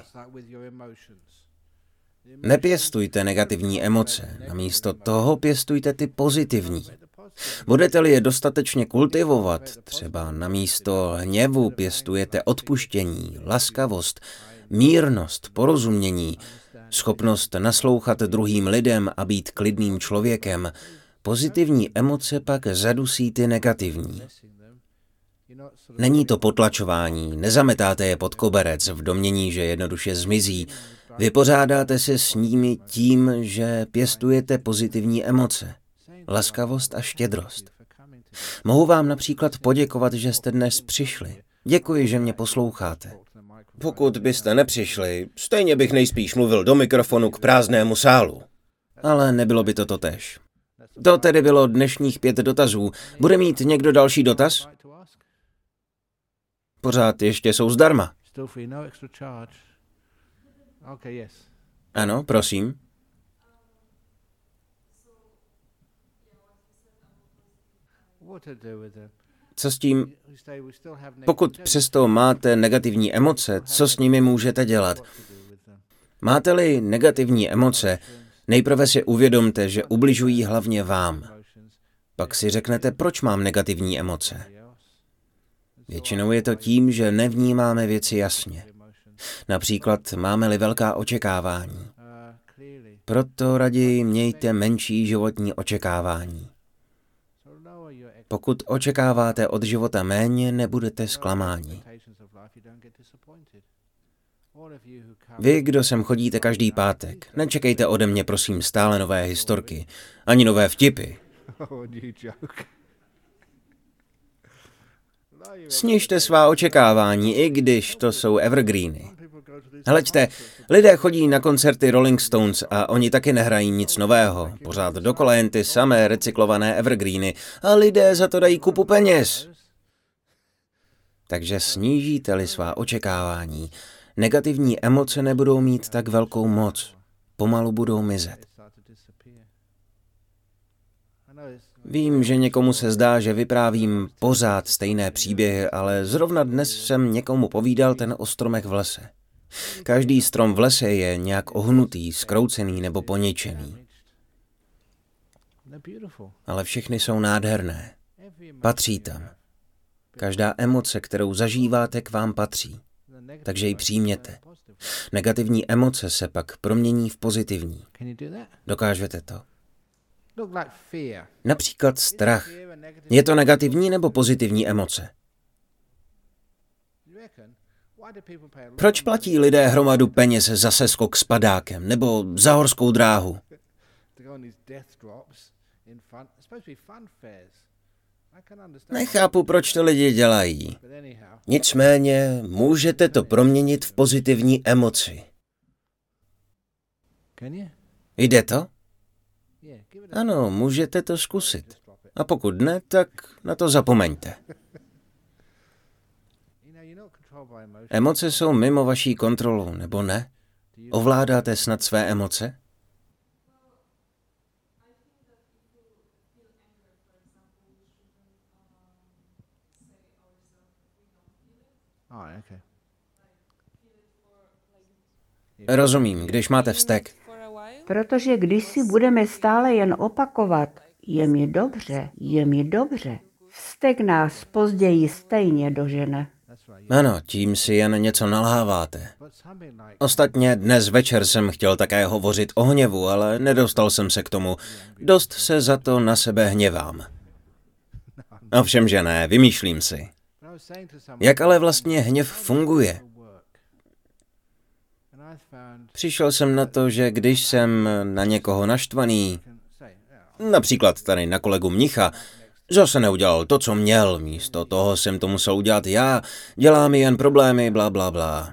Nepěstujte negativní emoce, namísto toho pěstujte ty pozitivní. Budete-li je dostatečně kultivovat, třeba namísto hněvu pěstujete odpuštění, laskavost, mírnost, porozumění, schopnost naslouchat druhým lidem a být klidným člověkem, pozitivní emoce pak zadusí ty negativní. Není to potlačování, nezametáte je pod koberec v domnění, že jednoduše zmizí. Vypořádáte se s nimi tím, že pěstujete pozitivní emoce, laskavost a štědrost. Mohu vám například poděkovat, že jste dnes přišli. Děkuji, že mě posloucháte. Pokud byste nepřišli, stejně bych nejspíš mluvil do mikrofonu k prázdnému sálu. Ale nebylo by to totéž. To tedy bylo dnešních pět dotazů. Bude mít někdo další dotaz? Pořád ještě jsou zdarma. Ano, prosím. Co s tím? Pokud přesto máte negativní emoce, co s nimi můžete dělat? Máte-li negativní emoce, nejprve si uvědomte, že ubližují hlavně vám. Pak si řeknete, proč mám negativní emoce. Většinou je to tím, že nevnímáme věci jasně. Například máme-li velká očekávání. Proto raději mějte menší životní očekávání. Pokud očekáváte od života méně, nebudete zklamáni. Vy, kdo sem chodíte každý pátek, nečekejte ode mě, prosím, stále nové historky, ani nové vtipy. Snižte svá očekávání, i když to jsou evergreeny. Hleďte, lidé chodí na koncerty Rolling Stones a oni taky nehrají nic nového. Pořád dokola jen ty samé recyklované evergreeny a lidé za to dají kupu peněz. Takže snížíte-li svá očekávání, negativní emoce nebudou mít tak velkou moc. Pomalu budou mizet. Vím, že někomu se zdá, že vyprávím pořád stejné příběhy, ale zrovna dnes jsem někomu povídal ten o stromech v lese. Každý strom v lese je nějak ohnutý, zkroucený nebo poničený. Ale všechny jsou nádherné. Patří tam. Každá emoce, kterou zažíváte, k vám patří. takže ji přijměte. Negativní emoce se pak promění v pozitivní. Dokážete to? Například strach. Je to negativní nebo pozitivní emoce? Proč platí lidé hromadu peněz za seskok s padákem nebo za horskou dráhu? Nechápu, proč to lidi dělají. Nicméně můžete to proměnit v pozitivní emoci. Jde to? Ano, můžete to zkusit. A pokud ne, tak na to zapomeňte. Emoce jsou mimo vaší kontrolu, nebo ne? Ovládáte snad své emoce? Rozumím, když máte vztek. Protože když si budeme stále jen opakovat, je mi dobře, je mi dobře, vztek nás později stejně dožene. Ano, tím si jen něco nalháváte. Ostatně dnes večer jsem chtěl také hovořit o hněvu, ale nedostal jsem se k tomu. Dost se za to na sebe hněvám. Ovšem, že ne, vymýšlím si. Jak ale vlastně hněv funguje? Přišel jsem na to, že když jsem na někoho naštvaný, například tady na kolegu Mnicha, zase neudělal to, co měl, místo toho jsem to musel udělat já, dělá mi jen problémy, bla, bla, bla.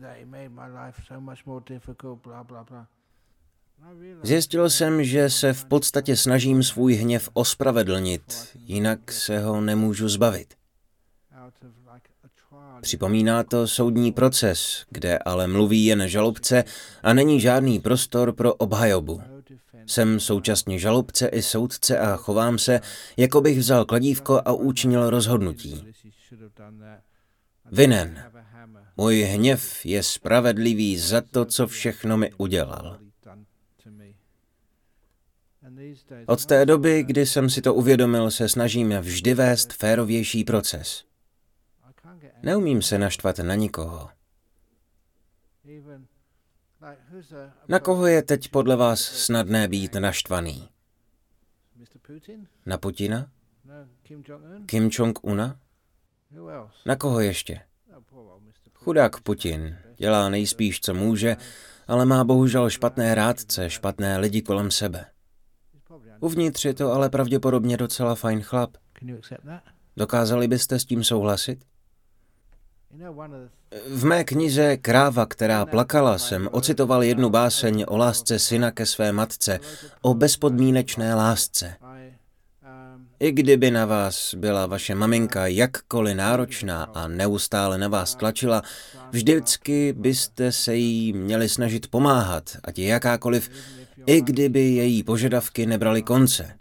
Zjistil jsem, že se v podstatě snažím svůj hněv ospravedlnit, jinak se ho nemůžu zbavit. Připomíná to soudní proces, kde ale mluví jen žalobce a není žádný prostor pro obhajobu. Jsem současně žalobce i soudce a chovám se, jako bych vzal kladívko a učinil rozhodnutí. Vinen. Můj hněv je spravedlivý za to, co všechno mi udělal. Od té doby, kdy jsem si to uvědomil, se snažím vždy vést férovější proces. Neumím se naštvat na nikoho. Na koho je teď podle vás snadné být naštvaný? Na Putina? Kim Jong-una? Na koho ještě? Chudák Putin. Dělá nejspíš, co může, ale má bohužel špatné rádce, špatné lidi kolem sebe. Uvnitř je to ale pravděpodobně docela fajn chlap. Dokázali byste s tím souhlasit? V mé knize Kráva, která plakala, jsem ocitoval jednu báseň o lásce syna ke své matce, o bezpodmínečné lásce. I kdyby na vás byla vaše maminka jakkoliv náročná a neustále na vás tlačila, vždycky byste se jí měli snažit pomáhat, ať je jakákoliv, i kdyby její požadavky nebraly konce.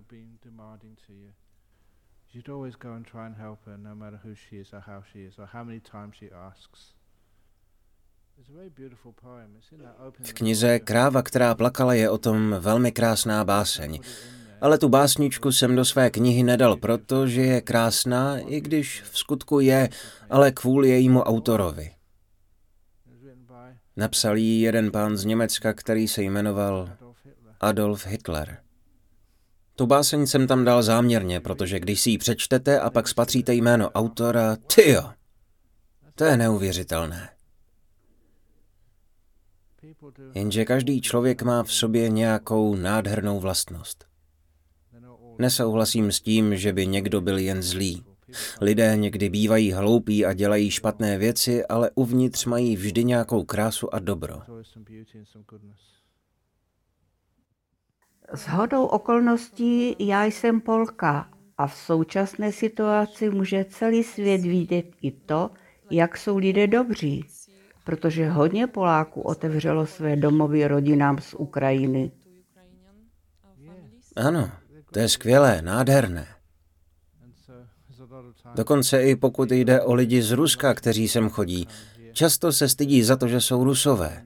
V knize Kráva, která plakala, je o tom velmi krásná báseň. Ale tu básničku jsem do své knihy nedal, protože je krásná, i když v skutku je, ale kvůli jejímu autorovi. Napsal ji jeden pán z Německa, který se jmenoval Adolf Hitler. Tu báseň jsem tam dal záměrně, protože když si ji přečtete a pak spatříte jméno autora, tyjo, to je neuvěřitelné. Jenže každý člověk má v sobě nějakou nádhernou vlastnost. Nesouhlasím s tím, že by někdo byl jen zlý. Lidé někdy bývají hloupí a dělají špatné věci, ale uvnitř mají vždy nějakou krásu a dobro. Shodou okolností já jsem Polka a v současné situaci může celý svět vidět i to, jak jsou lidé dobří, protože hodně Poláků otevřelo své domovy rodinám z Ukrajiny. Ano, to je skvělé, nádherné. Dokonce i pokud jde o lidi z Ruska, kteří sem chodí, často se stydí za to, že jsou Rusové.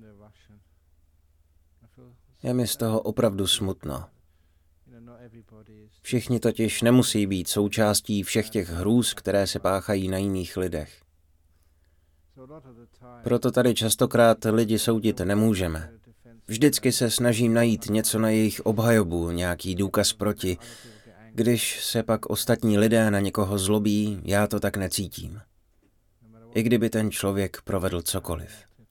Je mi z toho opravdu smutno. Všichni totiž nemusí být součástí všech těch hrůz, které se páchají na jiných lidech. Proto tady častokrát lidi soudit nemůžeme. Vždycky se snažím najít něco na jejich obhajobu, nějaký důkaz proti. Když se pak ostatní lidé na někoho zlobí, já to tak necítím. I kdyby ten člověk provedl cokoliv.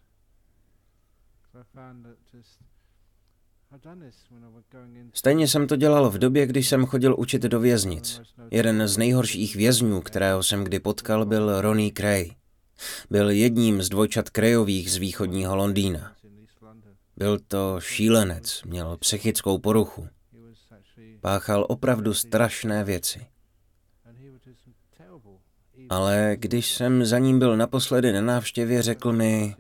Stejně jsem to dělal v době, když jsem chodil učit do věznic. Jeden z nejhorších vězňů, kterého jsem kdy potkal, byl Ronnie Cray. Byl jedním z dvojčat Crayových z východního Londýna. Byl to šílenec, měl psychickou poruchu. Páchal opravdu strašné věci. Ale když jsem za ním byl naposledy na návštěvě, řekl mi: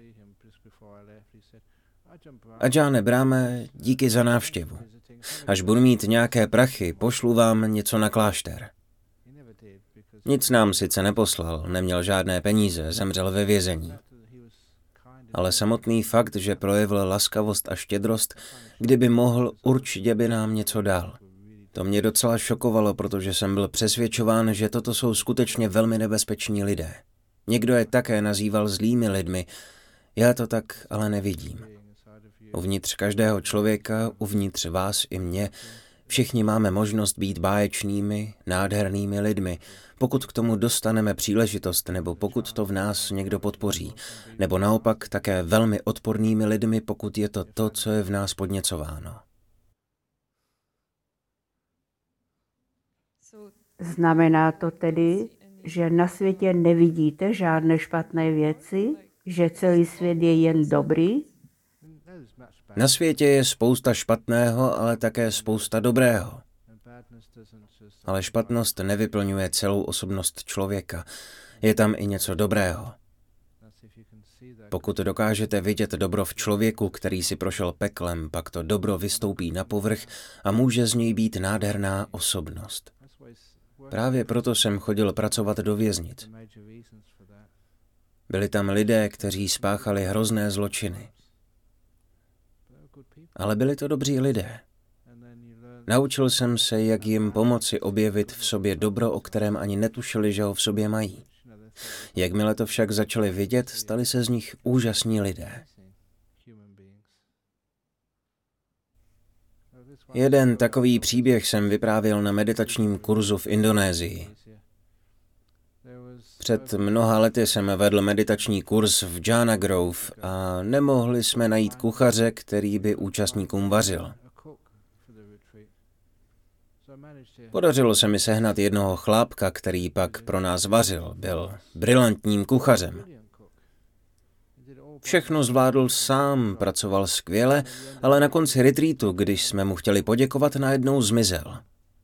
Ajahne Brahme, díky za návštěvu. Až budu mít nějaké prachy, pošlu vám něco na klášter. Nic nám sice neposlal, neměl žádné peníze, zemřel ve vězení. Ale samotný fakt, že projevil laskavost a štědrost, kdyby mohl, určitě by nám něco dal. To mě docela šokovalo, protože jsem byl přesvědčován, že toto jsou skutečně velmi nebezpeční lidé. Někdo je také nazýval zlými lidmi, já to tak ale nevidím. Uvnitř každého člověka, uvnitř vás i mě, všichni máme možnost být báječnými, nádhernými lidmi, pokud k tomu dostaneme příležitost, nebo pokud to v nás někdo podpoří, nebo naopak také velmi odpornými lidmi, pokud je to to, co je v nás podněcováno. Znamená to tedy, že na světě nevidíte žádné špatné věci, že celý svět je jen dobrý? Na světě je spousta špatného, ale také spousta dobrého. Ale špatnost nevyplňuje celou osobnost člověka. Je tam i něco dobrého. Pokud dokážete vidět dobro v člověku, který si prošel peklem, pak to dobro vystoupí na povrch a může z něj být nádherná osobnost. Právě proto jsem chodil pracovat do věznic. Byli tam lidé, kteří spáchali hrozné zločiny. Ale byli to dobří lidé. Naučil jsem se, jak jim pomoci objevit v sobě dobro, o kterém ani netušili, že ho v sobě mají. Jakmile to však začali vidět, stali se z nich úžasní lidé. Jeden takový příběh jsem vyprávěl na meditačním kurzu v Indonésii. Před mnoha lety jsem vedl meditační kurz v Jhana Grove a nemohli jsme najít kuchaře, který by účastníkům vařil. Podařilo se mi sehnat jednoho chlápka, který pak pro nás vařil. Byl brilantním kuchařem. Všechno zvládl sám, pracoval skvěle, ale na konci retreatu, když jsme mu chtěli poděkovat, najednou zmizel.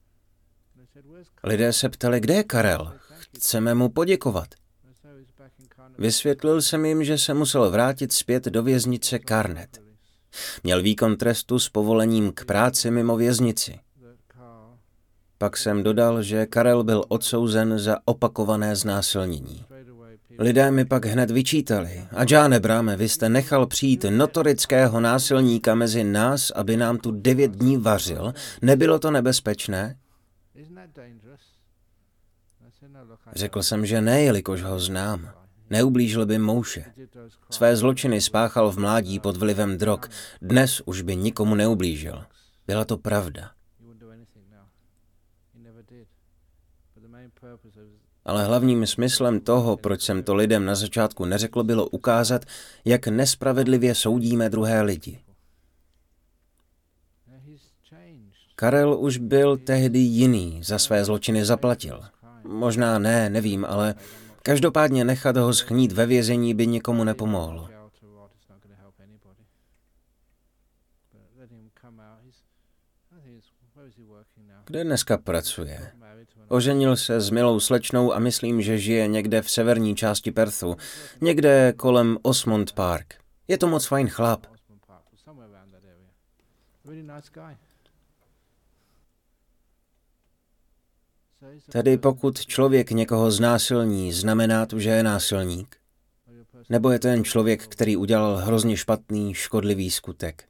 Lidé se ptali, kde je Karel? Chceme mu poděkovat. Vysvětlil jsem jim, že se musel vrátit zpět do věznice Carnet. Měl výkon trestu s povolením k práci mimo věznici. Pak jsem dodal, že Karel byl odsouzen za opakované znásilnění. Lidé mi pak hned vyčítali: Ajahne Brahme, vy jste nechal přijít notorického násilníka mezi nás, aby nám tu devět dní vařil. Nebylo to nebezpečné? Řekl jsem, že ne, jelikož ho znám. Neublížil by mouše. Své zločiny spáchal v mládí pod vlivem drog. Dnes už by nikomu neublížil. Byla to pravda. Ale hlavním smyslem toho, proč jsem to lidem na začátku neřekl, bylo ukázat, jak nespravedlivě soudíme druhé lidi. Karel už byl tehdy jiný, za své zločiny zaplatil. Možná ne, nevím, ale každopádně nechat ho schnít ve vězení by nikomu nepomohlo. Kde dneska pracuje? Oženil se s milou slečnou a myslím, že žije někde v severní části Perthu, někde kolem Osmond Park. Je to moc fajn chlap. Tedy pokud člověk někoho znásilní, znamená to, že je násilník? Nebo je to jen člověk, který udělal hrozně špatný, škodlivý skutek?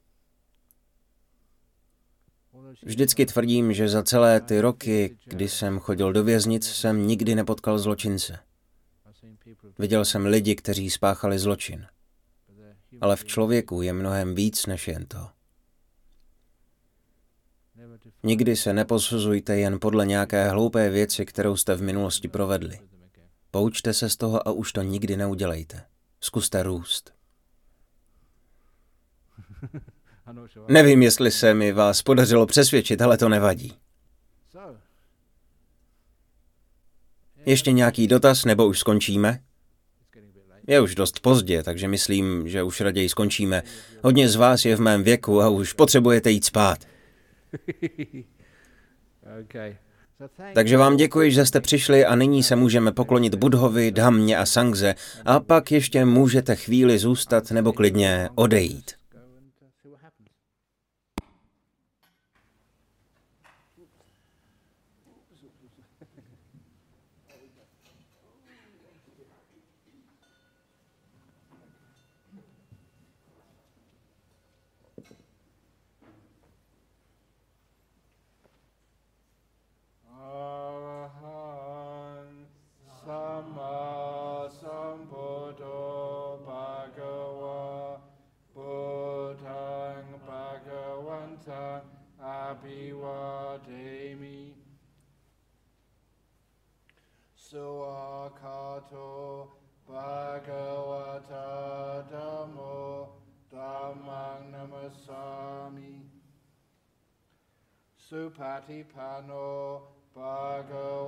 Vždycky tvrdím, že za celé ty roky, kdy jsem chodil do věznic, jsem nikdy nepotkal zločince. Viděl jsem lidi, kteří spáchali zločin. Ale v člověku je mnohem víc než jen to. Nikdy se neposuzujte jen podle nějaké hloupé věci, kterou jste v minulosti provedli. Poučte se z toho a už to nikdy neudělejte. Zkuste růst. Nevím, jestli se mi vás podařilo přesvědčit, ale to nevadí. Ještě nějaký dotaz, nebo už skončíme? Je už dost pozdě, takže myslím, že už raději skončíme. Hodně z vás je v mém věku a už potřebujete jít spát. Takže vám děkuji, že jste přišli a nyní se můžeme poklonit Budhovi, Dhammě a Sangze a pak ještě můžete chvíli zůstat nebo klidně odejít. Suakato Bhagavata Dhammo Dhammang Namasami Supatipano Bhagavata